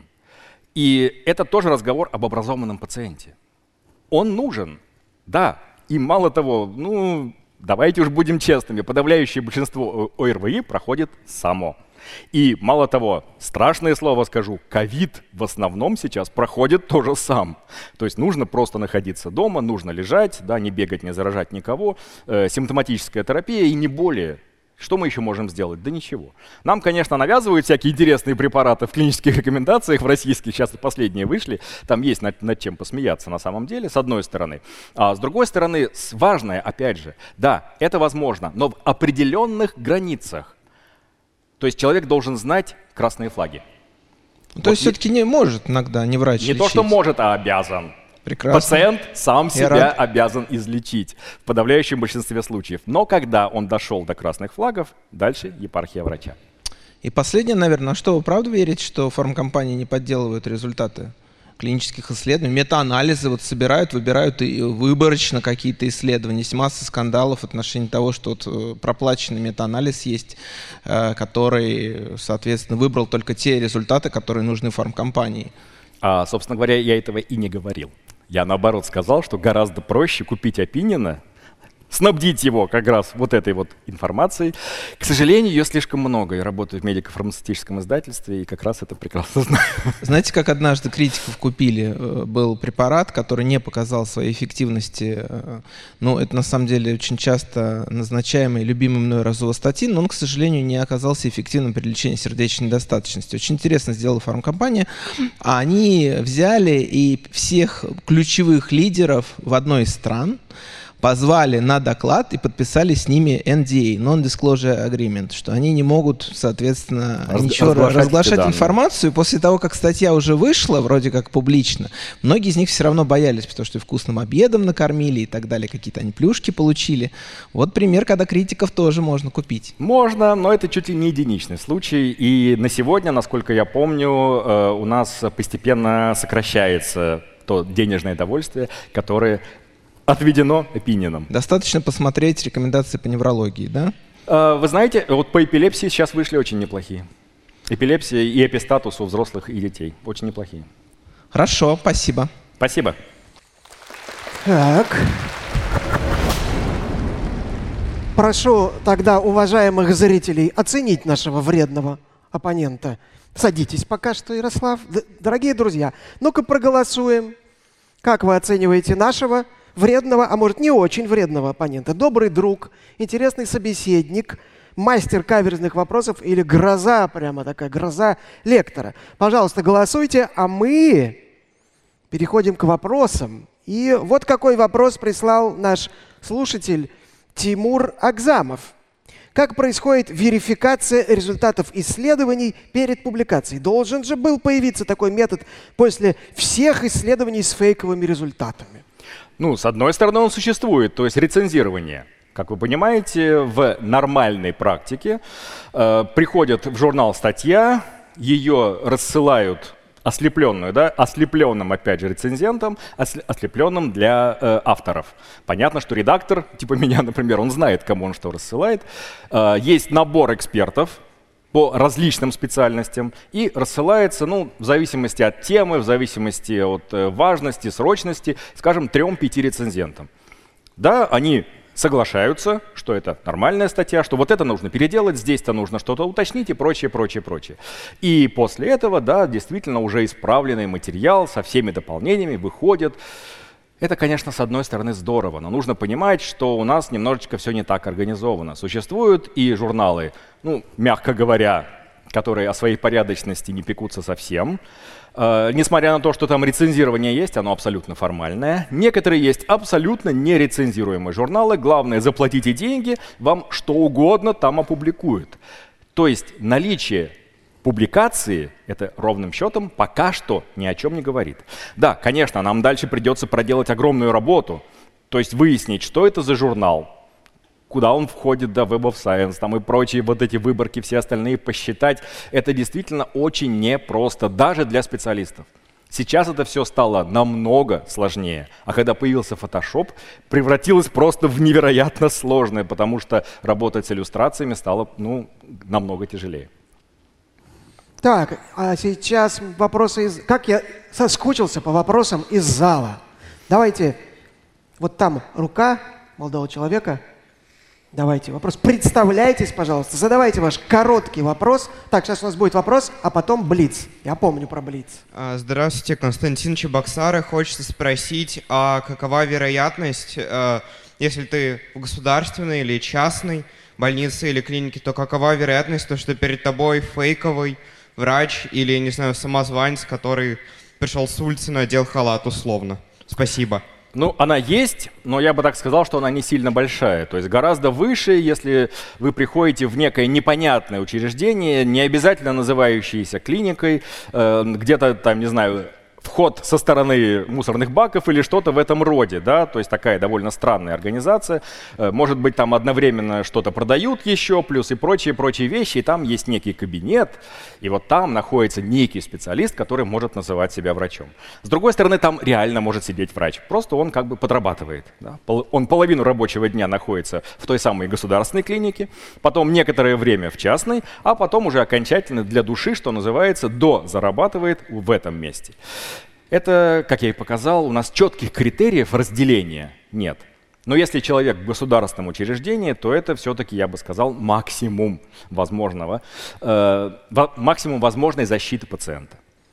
[SPEAKER 3] И это тоже разговор об образованном пациенте. Он нужен. Да, и мало того, ну, давайте уж будем честными, подавляющее большинство ОРВИ проходит само. И мало того, страшное слово скажу, ковид в основном сейчас проходит тоже сам. То есть нужно просто находиться дома, нужно лежать, да, не бегать, не заражать никого, э, симптоматическая терапия и не более. Что мы еще можем сделать? Да ничего. Нам, конечно, навязывают всякие интересные препараты в клинических рекомендациях, в российских, сейчас последние вышли, там есть над, над чем посмеяться на самом деле, с одной стороны. А с другой стороны, важное, опять же, да, это возможно, но в определенных границах. То есть человек должен знать красные флаги.
[SPEAKER 4] То вот есть не, все-таки не может иногда, не врач
[SPEAKER 3] Не
[SPEAKER 4] лечить.
[SPEAKER 3] То, что может, а обязан.
[SPEAKER 4] Прекрасно.
[SPEAKER 3] Пациент сам
[SPEAKER 4] Я
[SPEAKER 3] себя
[SPEAKER 4] рад.
[SPEAKER 3] обязан излечить в подавляющем большинстве случаев. Но когда он дошел до красных флагов, дальше епархия врача.
[SPEAKER 4] И последнее, наверное, а что вы правда верите, что фармкомпании не подделывают результаты клинических исследований? Метаанализы вот собирают, выбирают и выборочно какие-то исследования. Есть масса скандалов в отношении того, что вот проплаченный метаанализ есть, который, соответственно, выбрал только те результаты, которые нужны фармкомпании.
[SPEAKER 3] А, собственно говоря, я этого и не говорил. Я, наоборот, сказал, что гораздо проще купить Опинина, снабдить его как раз вот этой вот информацией. К сожалению, ее слишком много. Я работаю в медико-фармацевтическом издательстве и как раз это прекрасно знаю.
[SPEAKER 4] Знаете, как однажды критиков купили? Был препарат, который не показал своей эффективности. Ну, это на самом деле очень часто назначаемый, любимый мной розовостатин, но он, к сожалению, не оказался эффективным при лечении сердечной недостаточности. Очень интересно сделала фармкомпания. Они взяли и всех ключевых лидеров в одной из стран позвали на доклад и подписали с ними эн ди эй, Non-Disclosure Agreement, что они не могут, соответственно, Раз, ничего разглашать, разглашать информацию. После того, как статья уже вышла, вроде как публично, многие из них все равно боялись, потому что и вкусным обедом накормили и так далее, какие-то они плюшки получили. Вот пример, когда критиков тоже можно купить.
[SPEAKER 3] Можно, но это чуть ли не единичный случай. И на сегодня, насколько я помню, у нас постепенно сокращается то денежное довольствие, которое отведено Опинином.
[SPEAKER 4] Достаточно посмотреть рекомендации по неврологии, да?
[SPEAKER 3] Вы знаете, вот по эпилепсии сейчас вышли очень неплохие. Эпилепсия и эпистатус у взрослых и детей. Очень неплохие.
[SPEAKER 4] Хорошо, спасибо.
[SPEAKER 3] Спасибо.
[SPEAKER 1] Так. Прошу тогда уважаемых зрителей оценить нашего вредного оппонента. Садитесь пока что, Ярослав. Д- дорогие друзья, ну-ка проголосуем. Как вы оцениваете нашего вредного, а может не очень вредного оппонента? Добрый друг, интересный собеседник, мастер каверзных вопросов или гроза, прямо такая гроза лектора. Пожалуйста, голосуйте, а мы переходим к вопросам. И вот какой вопрос прислал наш слушатель Тимур Акзамов. Как происходит верификация результатов исследований перед публикацией? Должен же был появиться такой метод после всех исследований с фейковыми результатами.
[SPEAKER 3] Ну, с одной стороны, он существует, то есть рецензирование. Как вы понимаете, в нормальной практике э, приходит в журнал статья, ее рассылают ослепленную, да, ослепленным, опять же, рецензентом, ослепленным для э, авторов. Понятно, что редактор, типа меня, например, он знает, кому он что рассылает. Э, есть набор экспертов по различным специальностям и рассылается, ну, в зависимости от темы, в зависимости от э, важности, срочности, скажем, трем-пяти рецензентам. Да, они соглашаются, что это нормальная статья, что вот это нужно переделать, здесь-то нужно что-то уточнить и прочее, прочее, прочее. И после этого, да, действительно уже исправленный материал со всеми дополнениями выходит. Это, конечно, с одной стороны здорово, но нужно понимать, что у нас немножечко все не так организовано. Существуют и журналы, ну, мягко говоря, которые о своей порядочности не пекутся совсем. Uh, несмотря на то, что там рецензирование есть, оно абсолютно формальное. Некоторые есть абсолютно нерецензируемые журналы. Главное, заплатите деньги, вам что угодно там опубликуют. То есть наличие публикации, это ровным счетом, пока что ни о чем не говорит. Да, конечно, нам дальше придется проделать огромную работу. То есть выяснить, что это за журнал, куда он входит, да, Web of Science, там и прочие вот эти выборки, все остальные посчитать. Это действительно очень непросто, даже для специалистов. Сейчас это все стало намного сложнее, а когда появился Photoshop, превратилось просто в невероятно сложное, потому что работать с иллюстрациями стало, ну, намного тяжелее.
[SPEAKER 1] Так, а сейчас вопросы из... Как я соскучился по вопросам из зала. Давайте, вот там рука молодого человека. Давайте вопрос. Представляйтесь, пожалуйста, задавайте ваш короткий вопрос. Так, сейчас у нас будет вопрос, а потом блиц. Я помню про блиц.
[SPEAKER 5] Здравствуйте, Константин Чебоксары. Хочется спросить, а какова вероятность, если ты в государственной или частной больнице или клинике, то какова вероятность, то, что перед тобой фейковый врач или, не знаю, самозванец, который пришел с улицы, надел халат условно? Спасибо.
[SPEAKER 3] Ну, она есть, но я бы так сказал, что она не сильно большая. То есть гораздо выше, если вы приходите в некое непонятное учреждение, не обязательно называющееся клиникой, э, где-то там, не знаю, вход со стороны мусорных баков или что-то в этом роде, да, то есть такая довольно странная организация. Может быть, там одновременно что-то продают еще, плюс и прочие-прочие вещи, и там есть некий кабинет, и вот там находится некий специалист, который может называть себя врачом. С другой стороны, там реально может сидеть врач, просто он как бы подрабатывает. Да? Он половину рабочего дня находится в той самой государственной клинике, потом некоторое время в частной, а потом уже окончательно для души, что называется, дозарабатывает в этом месте. Это, как я и показал, у нас четких критериев разделения нет. Но если человек в государственном учреждении, то это все-таки, я бы сказал, максимум возможного, э, максимум возможной защиты пациента.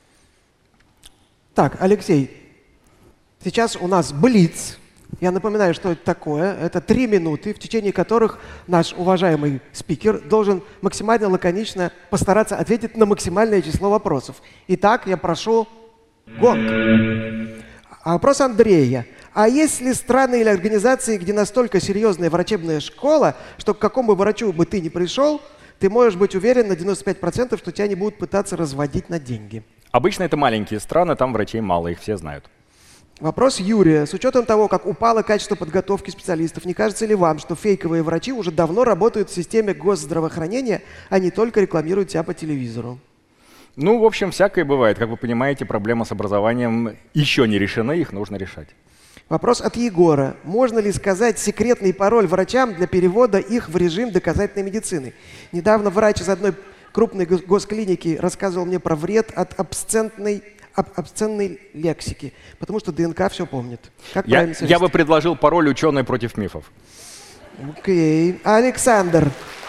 [SPEAKER 1] Так, Алексей, сейчас у нас блиц. Я напоминаю, что это такое. Это три минуты, в течение которых наш уважаемый спикер должен максимально лаконично постараться ответить на максимальное число вопросов. Итак, я прошу гонг. А вопрос Андрея. А есть ли страны или организации, где настолько серьезная врачебная школа, что к какому врачу бы ты ни пришел, ты можешь быть уверен на девяносто пять процентов, что тебя не будут пытаться разводить на деньги?
[SPEAKER 3] Обычно это маленькие страны, там врачей мало, их все знают.
[SPEAKER 1] Вопрос Юрия. С учетом того, как упало качество подготовки специалистов, не кажется ли вам, что фейковые врачи уже давно работают в системе госздравоохранения, а не только рекламируют себя по телевизору?
[SPEAKER 3] Ну, в общем, всякое бывает. Как вы понимаете, проблема с образованием еще не решена, их нужно решать.
[SPEAKER 1] Вопрос от Егора. Можно ли сказать секретный пароль врачам для перевода их в режим доказательной медицины? Недавно врач из одной крупной госклиники рассказывал мне про вред от обсценной, об, обсценной лексики, потому что ДНК все помнит. Как
[SPEAKER 3] я, я бы предложил пароль «Ученые против мифов».
[SPEAKER 1] Окей. Александр.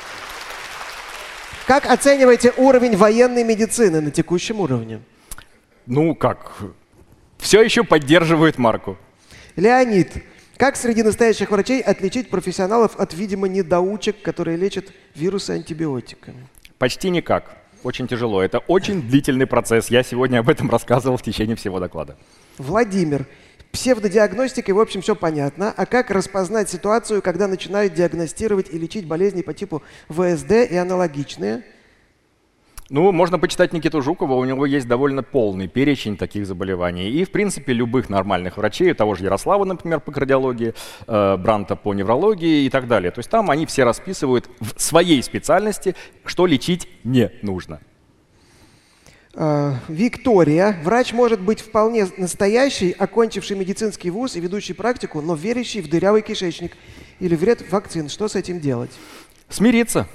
[SPEAKER 1] Как оцениваете уровень военной медицины на текущем уровне?
[SPEAKER 3] Ну, как? Все еще поддерживает марку.
[SPEAKER 1] Леонид. Как среди настоящих врачей отличить профессионалов от, видимо, недоучек, которые лечат вирусы антибиотиками?
[SPEAKER 3] Почти никак. Очень тяжело. Это очень длительный процесс. Я сегодня об этом рассказывал в течение всего доклада.
[SPEAKER 1] Владимир. Псевдодиагностикой, в общем, все понятно. А как распознать ситуацию, когда начинают диагностировать и лечить болезни по типу ВСД и аналогичные?
[SPEAKER 3] Ну, можно почитать Никиту Жукова, у него есть довольно полный перечень таких заболеваний. И, в принципе, любых нормальных врачей, того же Ярослава, например, по кардиологии, э, Бранта по неврологии и так далее. То есть там они все расписывают в своей специальности, что лечить не нужно.
[SPEAKER 1] Э, Виктория. Врач может быть вполне настоящий, окончивший медицинский вуз и ведущий практику, но верящий в дырявый кишечник или вред вакцин. Что с этим делать?
[SPEAKER 3] Смириться.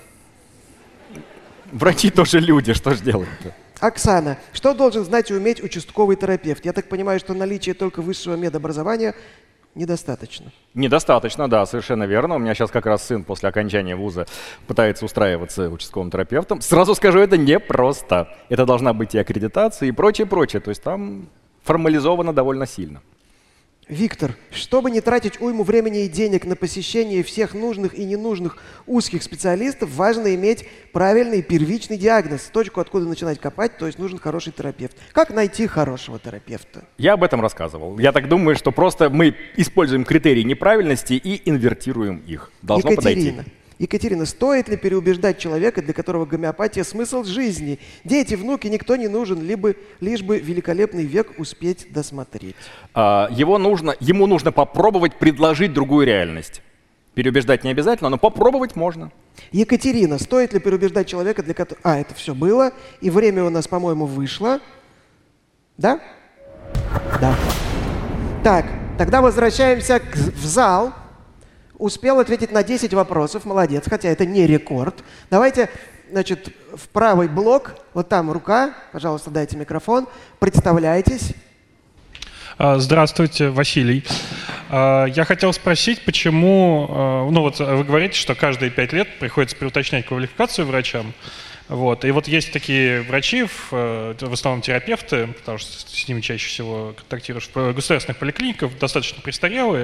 [SPEAKER 3] Врачи тоже люди, что же делать-то?
[SPEAKER 1] Оксана. Что должен знать и уметь участковый терапевт? Я так понимаю, что наличие только высшего медобразования недостаточно.
[SPEAKER 3] Недостаточно, да, совершенно верно. У меня сейчас как раз сын после окончания вуза пытается устраиваться участковым терапевтом. Сразу скажу, это непросто. Это должна быть и аккредитация, и прочее, прочее. То есть там формализовано довольно сильно.
[SPEAKER 1] Виктор, чтобы не тратить уйму времени и денег на посещение всех нужных и ненужных узких специалистов, важно иметь правильный первичный диагноз, точку, откуда начинать копать, то есть нужен хороший терапевт. Как найти хорошего терапевта?
[SPEAKER 3] Я об этом рассказывал. Я так думаю, что просто мы используем критерии неправильности и инвертируем их. Должно
[SPEAKER 1] Екатерина.
[SPEAKER 3] подойти.
[SPEAKER 1] Екатерина, стоит ли переубеждать человека, для которого гомеопатия – смысл жизни? Дети, внуки, никто не нужен, либо, лишь бы великолепный век успеть досмотреть.
[SPEAKER 3] А, его нужно, ему нужно попробовать предложить другую реальность. Переубеждать не обязательно, но попробовать можно.
[SPEAKER 1] Екатерина, стоит ли переубеждать человека, для которого… А, это все было, и время у нас, по-моему, вышло. Да? Да. Так, тогда возвращаемся к, в зал. Успел ответить на десять вопросов, молодец, хотя это не рекорд. Давайте, значит, в правый блок, вот там рука, пожалуйста, дайте микрофон, представляйтесь.
[SPEAKER 6] Здравствуйте, Василий. Я хотел спросить, почему, ну вот вы говорите, что каждые пять лет приходится переуточнять квалификацию врачам. Вот. И вот есть такие врачи, в, в основном терапевты, потому что с ними чаще всего контактируешь, в государственных поликлиниках, достаточно престарелые,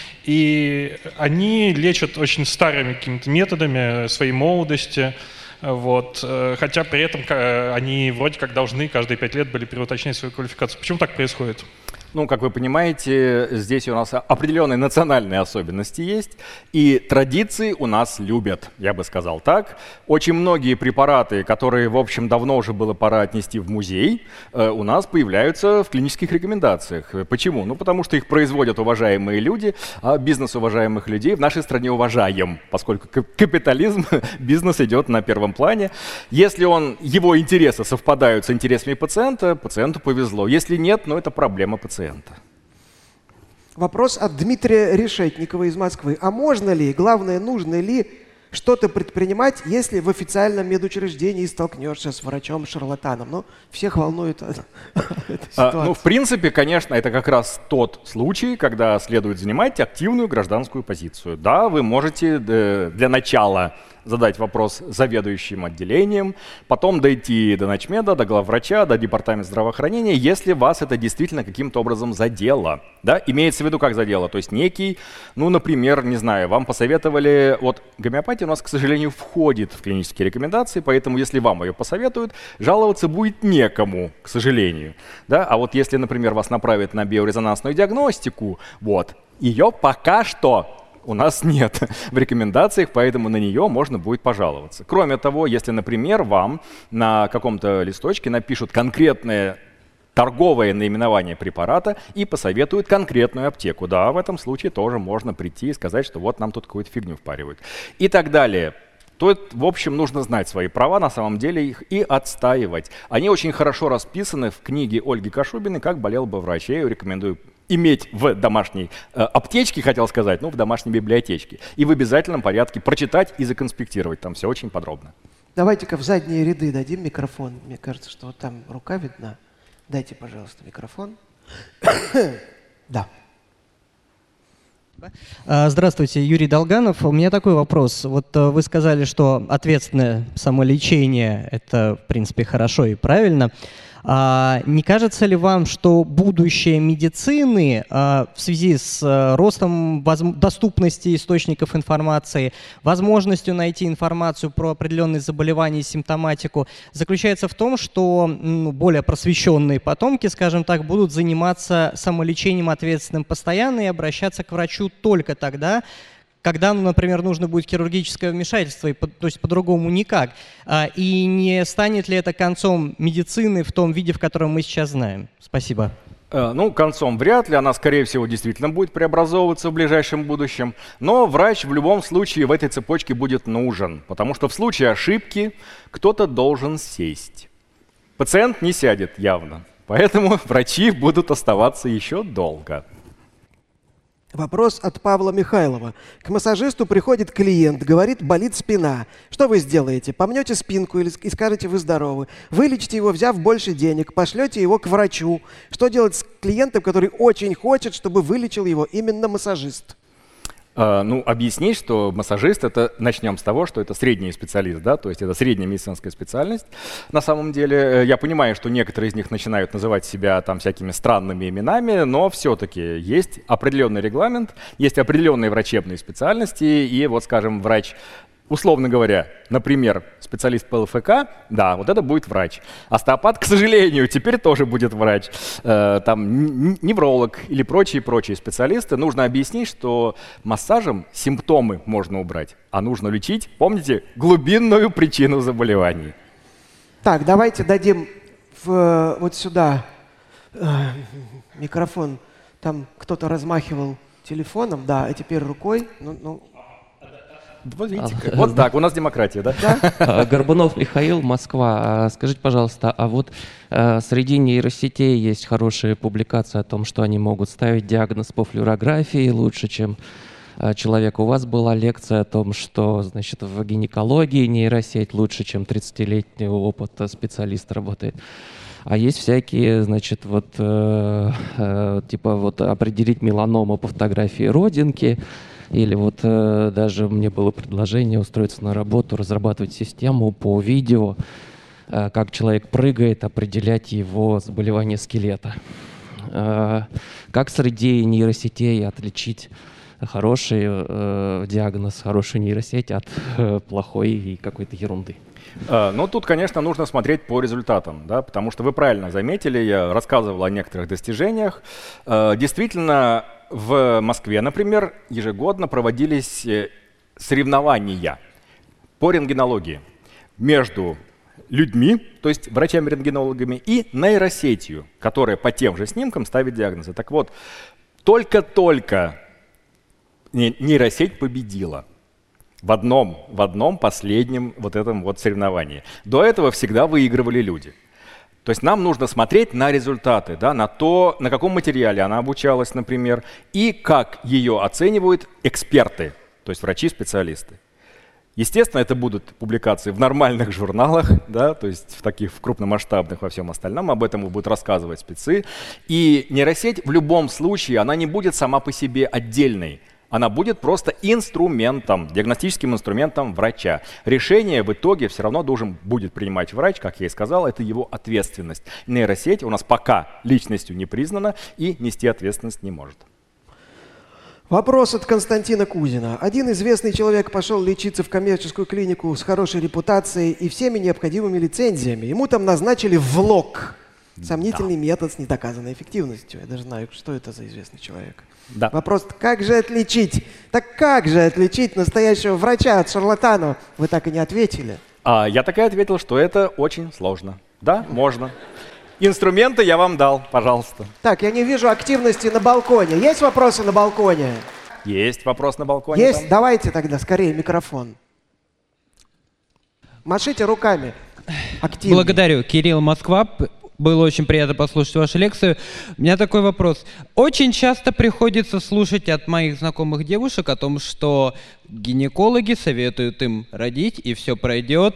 [SPEAKER 6] и они лечат очень старыми какими-то методами своей молодости, вот, хотя при этом они вроде как должны каждые пять лет были переуточнять свою квалификацию. Почему так происходит?
[SPEAKER 3] Ну, как вы понимаете, здесь у нас определенные национальные особенности есть, и традиции у нас любят, я бы сказал так. Очень многие препараты, которые, в общем, давно уже было пора отнести в музей, у нас появляются в клинических рекомендациях. Почему? Ну, потому что их производят уважаемые люди, а бизнес уважаемых людей в нашей стране уважаем, поскольку капитализм, бизнес идет на первом плане. Если он, его интересы совпадают с интересами пациента, пациенту повезло. Если нет, ну, это проблема пациента.
[SPEAKER 1] Вопрос от Дмитрия Решетникова из Москвы. А можно ли, главное, нужно ли что-то предпринимать, если в официальном медучреждении столкнешься с врачом-шарлатаном? Ну, всех волнует эта ситуация.
[SPEAKER 3] А, ну, в принципе, конечно, это как раз тот случай, когда следует занимать активную гражданскую позицию. Да, вы можете для начала задать вопрос заведующим отделением, потом дойти до начмеда, до главврача, до департамента здравоохранения, если вас это действительно каким-то образом задело. Да? Имеется в виду, как задело. То есть некий, ну, например, не знаю, вам посоветовали, вот гомеопатия у нас, к сожалению, входит в клинические рекомендации, поэтому если вам ее посоветуют, жаловаться будет некому, к сожалению. Да? А вот если, например, вас направят на биорезонансную диагностику, вот, ее пока что у нас нет в рекомендациях, поэтому на нее можно будет пожаловаться. Кроме того, если, например, вам на каком-то листочке напишут конкретное торговое наименование препарата и посоветуют конкретную аптеку, да, в этом случае тоже можно прийти и сказать, что вот нам тут какую-то фигню впаривают. И так далее. То, в общем, нужно знать свои права, на самом деле их и отстаивать. Они очень хорошо расписаны в книге Ольги Кашубиной «Как болел бы врач». Я ее рекомендую иметь в домашней э, аптечке, хотел сказать, ну, в домашней библиотечке. И в обязательном порядке прочитать и законспектировать. Там все очень подробно.
[SPEAKER 1] Давайте-ка в задние ряды дадим микрофон. Мне кажется, что вот там рука видна. Дайте, пожалуйста, микрофон. Да.
[SPEAKER 7] Здравствуйте, Юрий Долганов. У меня такой вопрос. Вот вы сказали, что ответственное самолечение – это, в принципе, хорошо и правильно. А не кажется ли вам, что будущее медицины а, в связи с а, ростом доступности источников информации, возможностью найти информацию про определенные заболевания и симптоматику, заключается в том, что ну, более просвещенные потомки, скажем так, будут заниматься самолечением ответственным постоянно и обращаться к врачу только тогда, когда, ну, например, нужно будет хирургическое вмешательство, и по, то есть по-другому никак. А, и не станет ли это концом медицины в том виде, в котором мы сейчас знаем? Спасибо.
[SPEAKER 3] Ну, концом вряд ли, она, скорее всего, действительно будет преобразовываться в ближайшем будущем, но врач в любом случае в этой цепочке будет нужен, потому что в случае ошибки кто-то должен сесть. пациент не сядет явно. Поэтому врачи будут оставаться еще долго.
[SPEAKER 1] Вопрос от Павла Михайлова. К массажисту приходит клиент, говорит, болит спина. Что вы сделаете? Помнете спинку или и скажете, вы здоровы. Вылечите его, взяв больше денег, пошлете его к врачу. Что делать с клиентом, который очень хочет, чтобы вылечил его именно массажист?
[SPEAKER 3] Uh, ну, объяснить, что массажист, это начнем с того, что это средний специалист, да, то есть это средняя медицинская специальность. На самом деле, я понимаю, что некоторые из них начинают называть себя там всякими странными именами, но все-таки есть определенный регламент, есть определенные врачебные специальности, и вот, скажем, врач, условно говоря, например, специалист по ЛФК, да, вот это будет врач. Остеопат, к сожалению, теперь тоже будет врач. Э, там невролог или прочие-прочие специалисты. Нужно объяснить, что массажем симптомы можно убрать, а нужно лечить, помните, глубинную причину заболеваний.
[SPEAKER 1] Так, давайте дадим в, вот сюда э, микрофон. Там кто-то размахивал телефоном, да, а теперь рукой. Ну, ну.
[SPEAKER 3] Вот, видите, как. Вот так, у нас демократия, да?
[SPEAKER 8] Да? Горбунов Михаил, Москва. Скажите, пожалуйста, а вот э, среди нейросетей есть хорошие публикации о том, что они могут ставить диагноз по флюорографии лучше, чем э, человек. У вас была лекция о том, что, значит, в гинекологии нейросеть лучше, чем тридцатилетнего опыта специалист работает. А есть всякие, значит, вот э, э, типа вот определить меланому по фотографии родинки. Или вот э, даже мне было предложение устроиться на работу, разрабатывать систему по видео, э, как человек прыгает, определять его заболевание скелета. Э, как среди нейросетей отличить хороший э, диагноз, хорошую нейросеть от э, плохой и какой-то ерунды?
[SPEAKER 3] Ну, тут, конечно, нужно смотреть по результатам, да, потому что вы правильно заметили, я рассказывал о некоторых достижениях. Действительно, в Москве, например, ежегодно проводились соревнования по рентгенологии между людьми, то есть врачами-рентгенологами, и нейросетью, которая по тем же снимкам ставит диагнозы. Так вот, только-только нейросеть победила. В одном, в одном последнем вот этом вот соревновании. До этого всегда выигрывали люди. То есть нам нужно смотреть на результаты, да, на то, на каком материале она обучалась, например, и как ее оценивают эксперты, то есть врачи-специалисты. Естественно, это будут публикации в нормальных журналах, да, то есть в таких в крупномасштабных во всем остальном, об этом будут рассказывать спецы. И нейросеть в любом случае, она не будет сама по себе отдельной. Она будет просто инструментом, диагностическим инструментом врача. Решение в итоге все равно должен будет принимать врач, как я и сказал, это его ответственность. Нейросеть у нас пока личностью не признана и нести ответственность не может.
[SPEAKER 1] Вопрос от Константина Кузина. Один известный человек пошел лечиться в коммерческую клинику с хорошей репутацией и всеми необходимыми лицензиями. Ему там назначили влог. Сомнительный да. метод с недоказанной эффективностью. Я даже знаю, что это за известный человек.
[SPEAKER 3] Да.
[SPEAKER 1] Вопрос, как же отличить? Так как же отличить настоящего врача от шарлатана? Вы так и не ответили.
[SPEAKER 3] А, я так и ответил, что это очень сложно. Да, можно. Инструменты я вам дал, пожалуйста.
[SPEAKER 1] Так, я не вижу активности на балконе. Есть вопросы на балконе?
[SPEAKER 3] Есть вопрос на балконе.
[SPEAKER 1] Есть?
[SPEAKER 3] Там?
[SPEAKER 1] Давайте тогда скорее микрофон. Машите руками. Активнее.
[SPEAKER 9] Благодарю. Кирилл, Москва. Было очень приятно послушать вашу лекцию. У меня такой вопрос. Очень часто приходится слушать от моих знакомых девушек о том, что гинекологи советуют им родить, и все пройдет.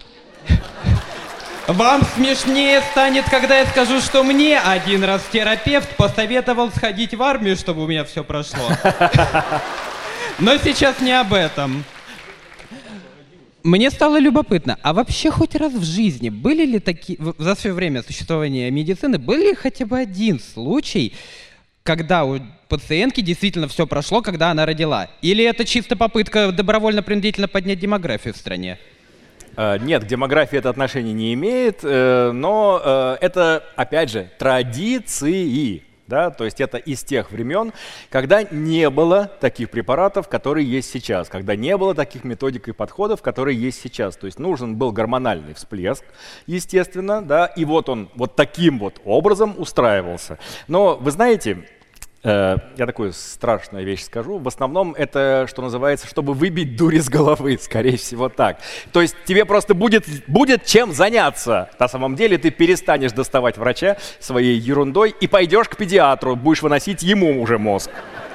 [SPEAKER 9] Вам смешнее станет, когда я скажу, что мне один раз терапевт посоветовал сходить в армию, чтобы у меня все прошло. Но сейчас не об этом. Мне стало любопытно, а вообще хоть раз в жизни были ли такие, за все время существования медицины, был ли хотя бы один случай, когда у пациентки действительно все прошло, когда она родила? Или это чисто попытка добровольно-принудительно поднять демографию в стране?
[SPEAKER 3] Нет, к демографии это отношение не имеет, но это, опять же, традиции. Да, то есть это из тех времен, когда не было таких препаратов, которые есть сейчас, когда не было таких методик и подходов, которые есть сейчас. То есть нужен был гормональный всплеск, естественно, да, и вот он вот таким вот образом устраивался. Но вы знаете, Я такую страшную вещь скажу. В основном это, что называется, чтобы выбить дурь из головы, скорее всего так. То есть тебе просто будет, будет чем заняться. На самом деле ты перестанешь доставать врача своей ерундой и пойдешь к педиатру, будешь выносить ему уже мозг.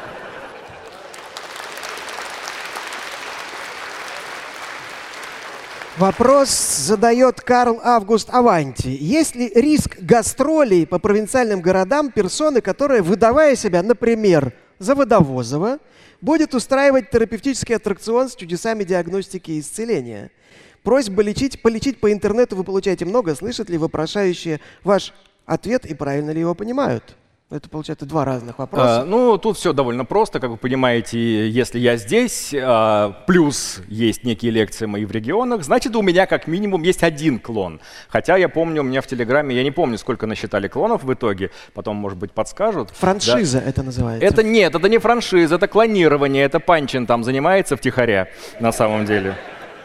[SPEAKER 1] Вопрос задает Карл Август Аванти. Есть ли риск гастролей по провинциальным городам персоны, которая, выдавая себя, например, за Водовозова, будет устраивать терапевтический аттракцион с чудесами диагностики и исцеления? Просьба лечить, полечить по интернету вы получаете много. Слышат ли вопрошающие ваш ответ и правильно ли его понимают? Это, получается, два разных вопроса.
[SPEAKER 3] А, ну, тут все довольно просто. Как вы понимаете, если я здесь, а, плюс есть некие лекции мои в регионах, значит, у меня как минимум есть один клон. Хотя я помню, у меня в Телеграме, я не помню, сколько насчитали клонов в итоге, потом, может быть, подскажут.
[SPEAKER 1] Франшиза
[SPEAKER 3] да.
[SPEAKER 1] это называется.
[SPEAKER 3] Это нет, это не франшиза, это клонирование, это Панчин там занимается втихаря на самом деле.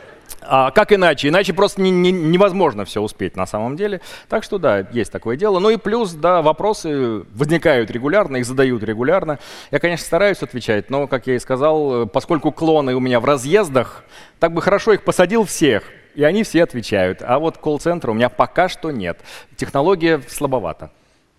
[SPEAKER 3] А как иначе? Иначе просто не, не, невозможно все успеть на самом деле. Так что да, есть такое дело. Ну и плюс, да, вопросы возникают регулярно, их задают регулярно. Я, конечно, стараюсь отвечать, но, как я и сказал, поскольку клоны у меня в разъездах, так бы хорошо их посадил всех, и они все отвечают. А вот колл-центра у меня пока что нет. Технология слабовата.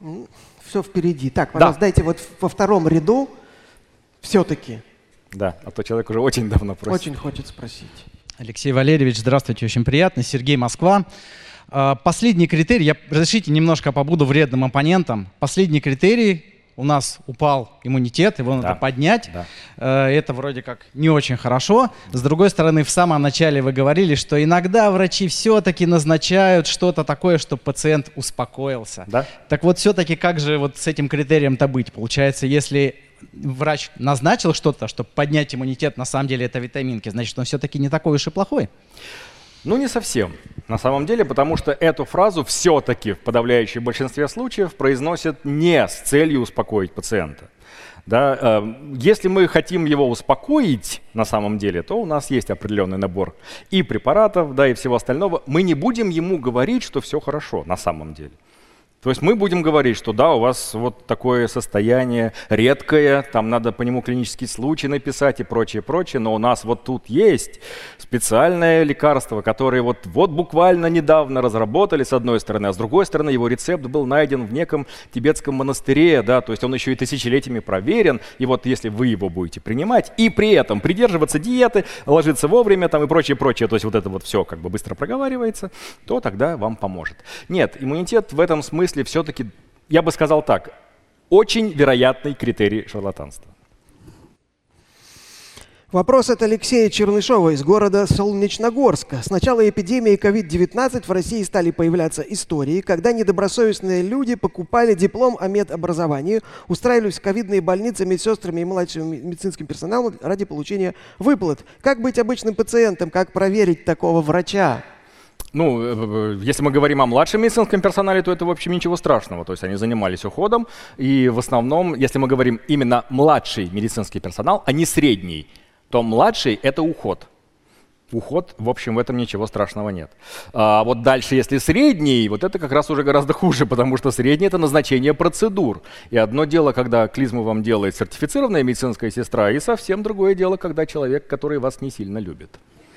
[SPEAKER 1] Все впереди. Так, пожалуйста, да. Дайте вот во втором ряду все-таки.
[SPEAKER 3] Да, а то человек уже очень давно просит.
[SPEAKER 1] Очень хочет спросить.
[SPEAKER 10] Алексей Валерьевич, здравствуйте, очень приятно. Сергей, Москва. Последний критерий, я, разрешите, немножко побуду вредным оппонентом. Последний критерий, у нас упал иммунитет, его надо да. поднять. Да. Это вроде как не очень хорошо. С другой стороны, в самом начале вы говорили, что иногда врачи все-таки назначают что-то такое, чтобы пациент успокоился. Да? Так вот, все-таки как же вот с этим критерием-то быть? Получается, если врач назначил что-то, чтобы поднять иммунитет, на самом деле это витаминки, значит, он все-таки не такой уж и плохой?
[SPEAKER 3] Ну, не совсем, на самом деле, потому что эту фразу все-таки в подавляющем большинстве случаев произносят не с целью успокоить пациента. Да, э, если мы хотим его успокоить на самом деле, то у нас есть определенный набор и препаратов, да, и всего остального. Мы не будем ему говорить, что все хорошо на самом деле. То есть мы будем говорить, что да, у вас вот такое состояние редкое, там надо по нему клинический случай написать и прочее, прочее, но у нас вот тут есть специальное лекарство, которое вот, вот буквально недавно разработали с одной стороны, а с другой стороны его рецепт был найден в неком тибетском монастыре, да, то есть он еще и тысячелетиями проверен, и вот если вы его будете принимать и при этом придерживаться диеты, ложиться вовремя там и прочее, прочее, то есть вот это вот все как бы быстро проговаривается, то тогда вам поможет. Нет, иммунитет в этом смысле все-таки, я бы сказал так, очень вероятный критерий шарлатанства.
[SPEAKER 1] Вопрос от Алексея Чернышова из города Солнечногорска. С начала эпидемии ковид девятнадцать в России стали появляться истории, когда недобросовестные люди покупали диплом о медобразовании, устраивались в ковидные больницы медсестрами и младшим медицинским персоналом ради получения выплат. Как быть обычным пациентом? Как проверить такого врача?
[SPEAKER 3] Ну, если мы говорим о младшем медицинском персонале, то это, в общем, ничего страшного. То есть они занимались уходом. И в основном, если мы говорим именно младший медицинский персонал, а не средний, то младший – это уход. Уход, в общем, в этом ничего страшного нет. А вот дальше, если средний, вот это как раз уже гораздо хуже, потому что средний – это назначение процедур. И одно дело, когда клизму вам делает сертифицированная медицинская сестра, и совсем другое дело, когда человек, который вас не сильно любит.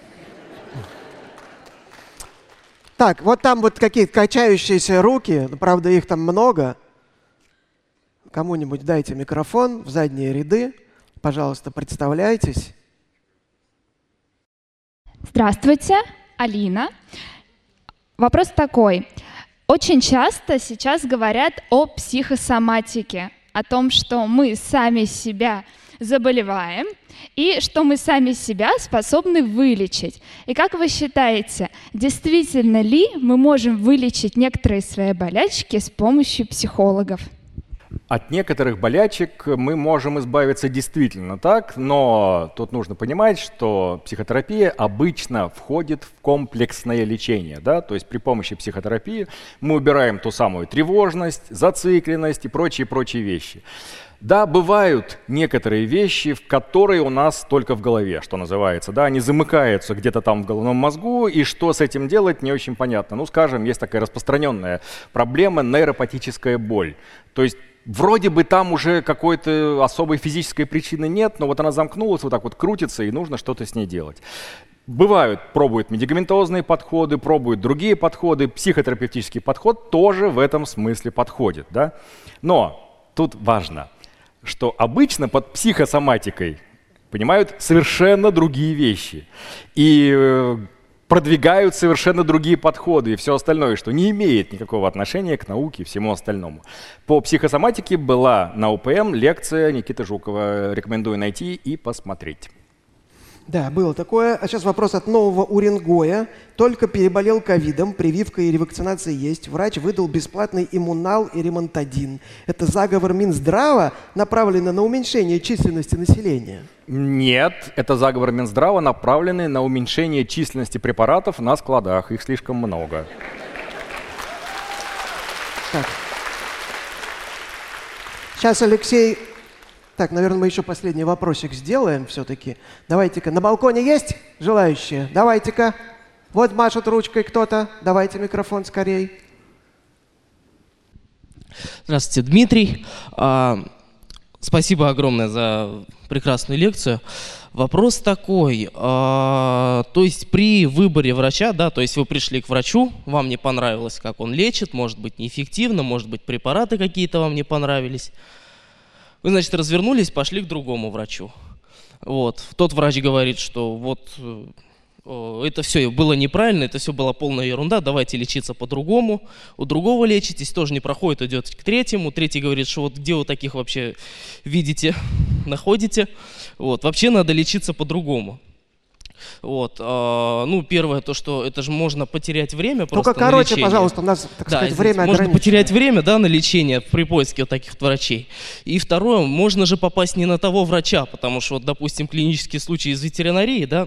[SPEAKER 1] Так, вот там вот какие-то качающиеся руки, правда, их там много. Кому-нибудь дайте микрофон в задние ряды. Пожалуйста, представляйтесь.
[SPEAKER 11] Здравствуйте, Алина. Вопрос такой. Очень часто сейчас говорят о психосоматике, о том, что мы сами себя заболеваем и что мы сами себя способны вылечить. И как вы считаете, действительно ли мы можем вылечить некоторые свои болячки с помощью психологов?
[SPEAKER 3] От некоторых болячек мы можем избавиться действительно так, но тут нужно понимать, что психотерапия обычно входит в комплексное лечение. Да? То есть при помощи психотерапии мы убираем ту самую тревожность, зацикленность и прочие-прочие вещи. Да, бывают некоторые вещи, в которые у нас только в голове, что называется, да, они замыкаются где-то там в головном мозгу, и что с этим делать, не очень понятно. Ну, скажем, есть такая распространенная проблема — нейропатическая боль. То есть вроде бы там уже какой-то особой физической причины нет, но вот она замкнулась, вот так вот крутится, и нужно что-то с ней делать. Бывают, пробуют медикаментозные подходы, пробуют другие подходы, психотерапевтический подход тоже в этом смысле подходит, да. Но тут важно, что обычно под психосоматикой понимают совершенно другие вещи и э, продвигают совершенно другие подходы и все остальное, что не имеет никакого отношения к науке и всему остальному. По психосоматике была на УПМ лекция Никиты Жукова. Рекомендую найти и посмотреть.
[SPEAKER 1] Да, было такое. А сейчас вопрос от нового Уренгоя. Только переболел ковидом, прививка и ревакцинация есть. Врач выдал бесплатный иммунал и ремонтадин. Это заговор Минздрава, направленный на уменьшение численности населения?
[SPEAKER 3] Нет, это заговор Минздрава, направленный на уменьшение численности препаратов на складах. Их слишком много.
[SPEAKER 1] Так. Сейчас Алексей... Так, наверное, мы еще последний вопросик сделаем все-таки. Давайте-ка, на балконе есть желающие? Давайте-ка. Вот машет ручкой кто-то. Давайте микрофон скорей.
[SPEAKER 12] Здравствуйте, Дмитрий. А, спасибо огромное за прекрасную лекцию. Вопрос такой, а, то есть при выборе врача, да, то есть вы пришли к врачу, вам не понравилось, как он лечит, может быть, неэффективно, может быть, препараты какие-то вам не понравились. Вы, значит, развернулись, пошли к другому врачу. Вот. Тот врач говорит, что вот э, это все было неправильно, это все была полная ерунда, давайте лечиться по-другому. У другого лечитесь, тоже не проходит, идет к третьему. Третий говорит, что вот где вы таких вообще видите, находите. Вот. Вообще надо лечиться по-другому. Вот, а, ну, первое, то, что это же можно потерять время просто.
[SPEAKER 1] Только короче, пожалуйста, у нас, так
[SPEAKER 12] да,
[SPEAKER 1] сказать, время
[SPEAKER 12] можно
[SPEAKER 1] ограничено.
[SPEAKER 12] потерять время, да, на лечение при поиске вот таких вот врачей. И второе, можно же попасть не на того врача, потому что, вот, допустим, клинический случай из ветеринарии, да,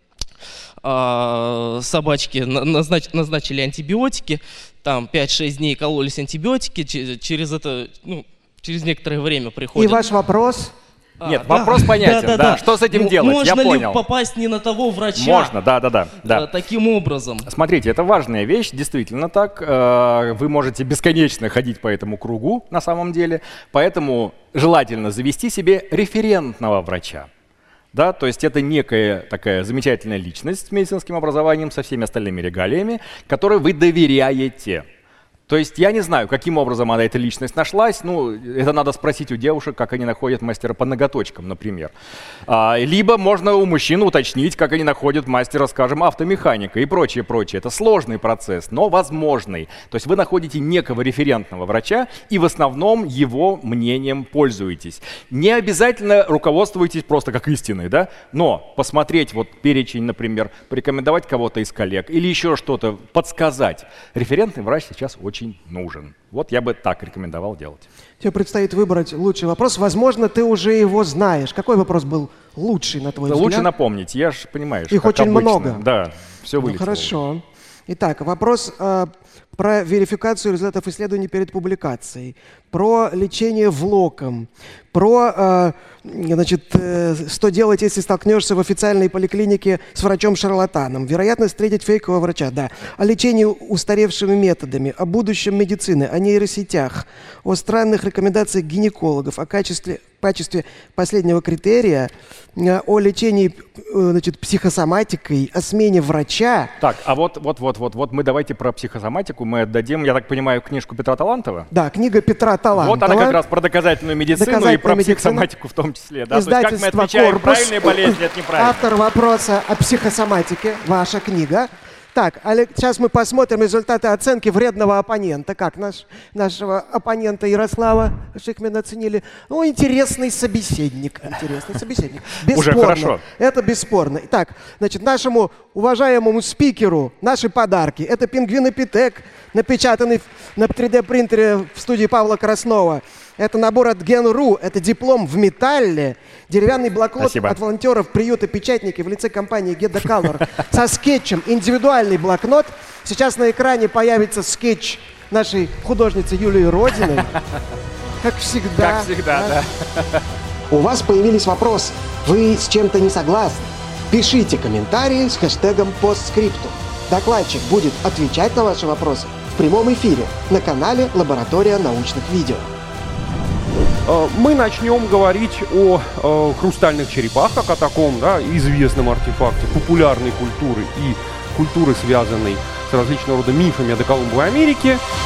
[SPEAKER 12] а, собачки назнач, назначили антибиотики, там пять-шесть дней кололись антибиотики, через это, ну, через некоторое время приходит.
[SPEAKER 1] И ваш вопрос?
[SPEAKER 3] Нет,
[SPEAKER 12] А,
[SPEAKER 3] вопрос
[SPEAKER 12] да,
[SPEAKER 3] понятен,
[SPEAKER 12] да, да,
[SPEAKER 3] да.
[SPEAKER 12] да.
[SPEAKER 3] Что с этим
[SPEAKER 12] Ну,
[SPEAKER 3] делать?
[SPEAKER 12] можно
[SPEAKER 3] Я
[SPEAKER 12] ли
[SPEAKER 3] понял.
[SPEAKER 12] попасть не на того врача?
[SPEAKER 3] Можно, да, да, да, да.
[SPEAKER 12] Таким образом.
[SPEAKER 3] Смотрите, это важная вещь, действительно так. Вы можете бесконечно ходить по этому кругу на самом деле, поэтому желательно завести себе референтного врача. Да, то есть это некая такая замечательная личность с медицинским образованием, со всеми остальными регалиями, которой вы доверяете. То есть я не знаю, каким образом она, эта личность, нашлась. Ну, это надо спросить у девушек, как они находят мастера по ноготочкам, например. А, либо можно у мужчин уточнить, как они находят мастера, скажем, автомеханика и прочее, прочее. Это сложный процесс, но возможный. То есть вы находите некого референтного врача и в основном его мнением пользуетесь. Не обязательно руководствуйтесь просто как истиной, да? Но посмотреть вот перечень, например, порекомендовать кого-то из коллег или еще что-то, подсказать. Референтный врач сейчас очень очень нужен. Вот я бы так рекомендовал делать.
[SPEAKER 1] Тебе предстоит выбрать лучший вопрос. Возможно, ты уже его знаешь. Какой вопрос был лучший, на твой
[SPEAKER 3] да
[SPEAKER 1] взгляд?
[SPEAKER 3] Лучше напомнить. Я же понимаешь,
[SPEAKER 1] их
[SPEAKER 3] как
[SPEAKER 1] очень
[SPEAKER 3] обычно.
[SPEAKER 1] много.
[SPEAKER 3] Да, все
[SPEAKER 1] ну,
[SPEAKER 3] вылетело.
[SPEAKER 1] Хорошо. Итак, вопрос э, про верификацию результатов исследований перед публикацией, про лечение влоком, про э, значит, э, что делать, если столкнешься в официальной поликлинике с врачом-шарлатаном, вероятность встретить фейкового врача, да, о лечении устаревшими методами, о будущем медицины, о нейросетях, о странных рекомендациях гинекологов, о качестве, качестве последнего критерия, э, о лечении э, значит, психосоматикой, о смене врача.
[SPEAKER 3] Так, а вот, вот, вот, вот, вот мы давайте про психосоматику мы отдадим, я так понимаю, книжку Петра Талантова.
[SPEAKER 1] Да, книга Петра Талантова.
[SPEAKER 3] Вот она как раз про доказательную медицину
[SPEAKER 1] доказательную
[SPEAKER 3] и про
[SPEAKER 1] медицину.
[SPEAKER 3] психосоматику в том числе. Да? То есть как мы
[SPEAKER 1] Издательство
[SPEAKER 3] отмечаем
[SPEAKER 1] «Корпус».
[SPEAKER 3] правильные болезни от неправильных.
[SPEAKER 1] Автор вопроса о психосоматике, ваша книга. Так, Олег, сейчас мы посмотрим результаты оценки вредного оппонента. Как наш, нашего оппонента Ярослава Шихмина оценили? Ну, интересный собеседник. Интересный собеседник. Бесспорно.
[SPEAKER 3] Уже хорошо.
[SPEAKER 1] Это бесспорно. Итак, значит, нашему уважаемому спикеру наши подарки. Это пингвинопитек, напечатанный на три дэ принтере в студии Павла Краснова. Это набор от Ген.ру, это диплом в металле, деревянный блокнот
[SPEAKER 3] Спасибо.
[SPEAKER 1] от волонтеров приюта «Печатники» в лице компании Get the Color со скетчем, индивидуальный блокнот. Сейчас на экране появится скетч нашей художницы Юлии Родиной. Как всегда.
[SPEAKER 3] Как всегда, да. да.
[SPEAKER 1] У вас появились вопросы. Вы с чем-то не согласны? Пишите комментарии с хэштегом постскриптум. Докладчик будет отвечать на ваши вопросы в прямом эфире на канале «Лаборатория научных видео».
[SPEAKER 13] Мы начнем говорить о, о хрустальных черепах, как о таком да, известном артефакте популярной культуры и культуры, связанной с различного рода мифами о доколумбовой Америке.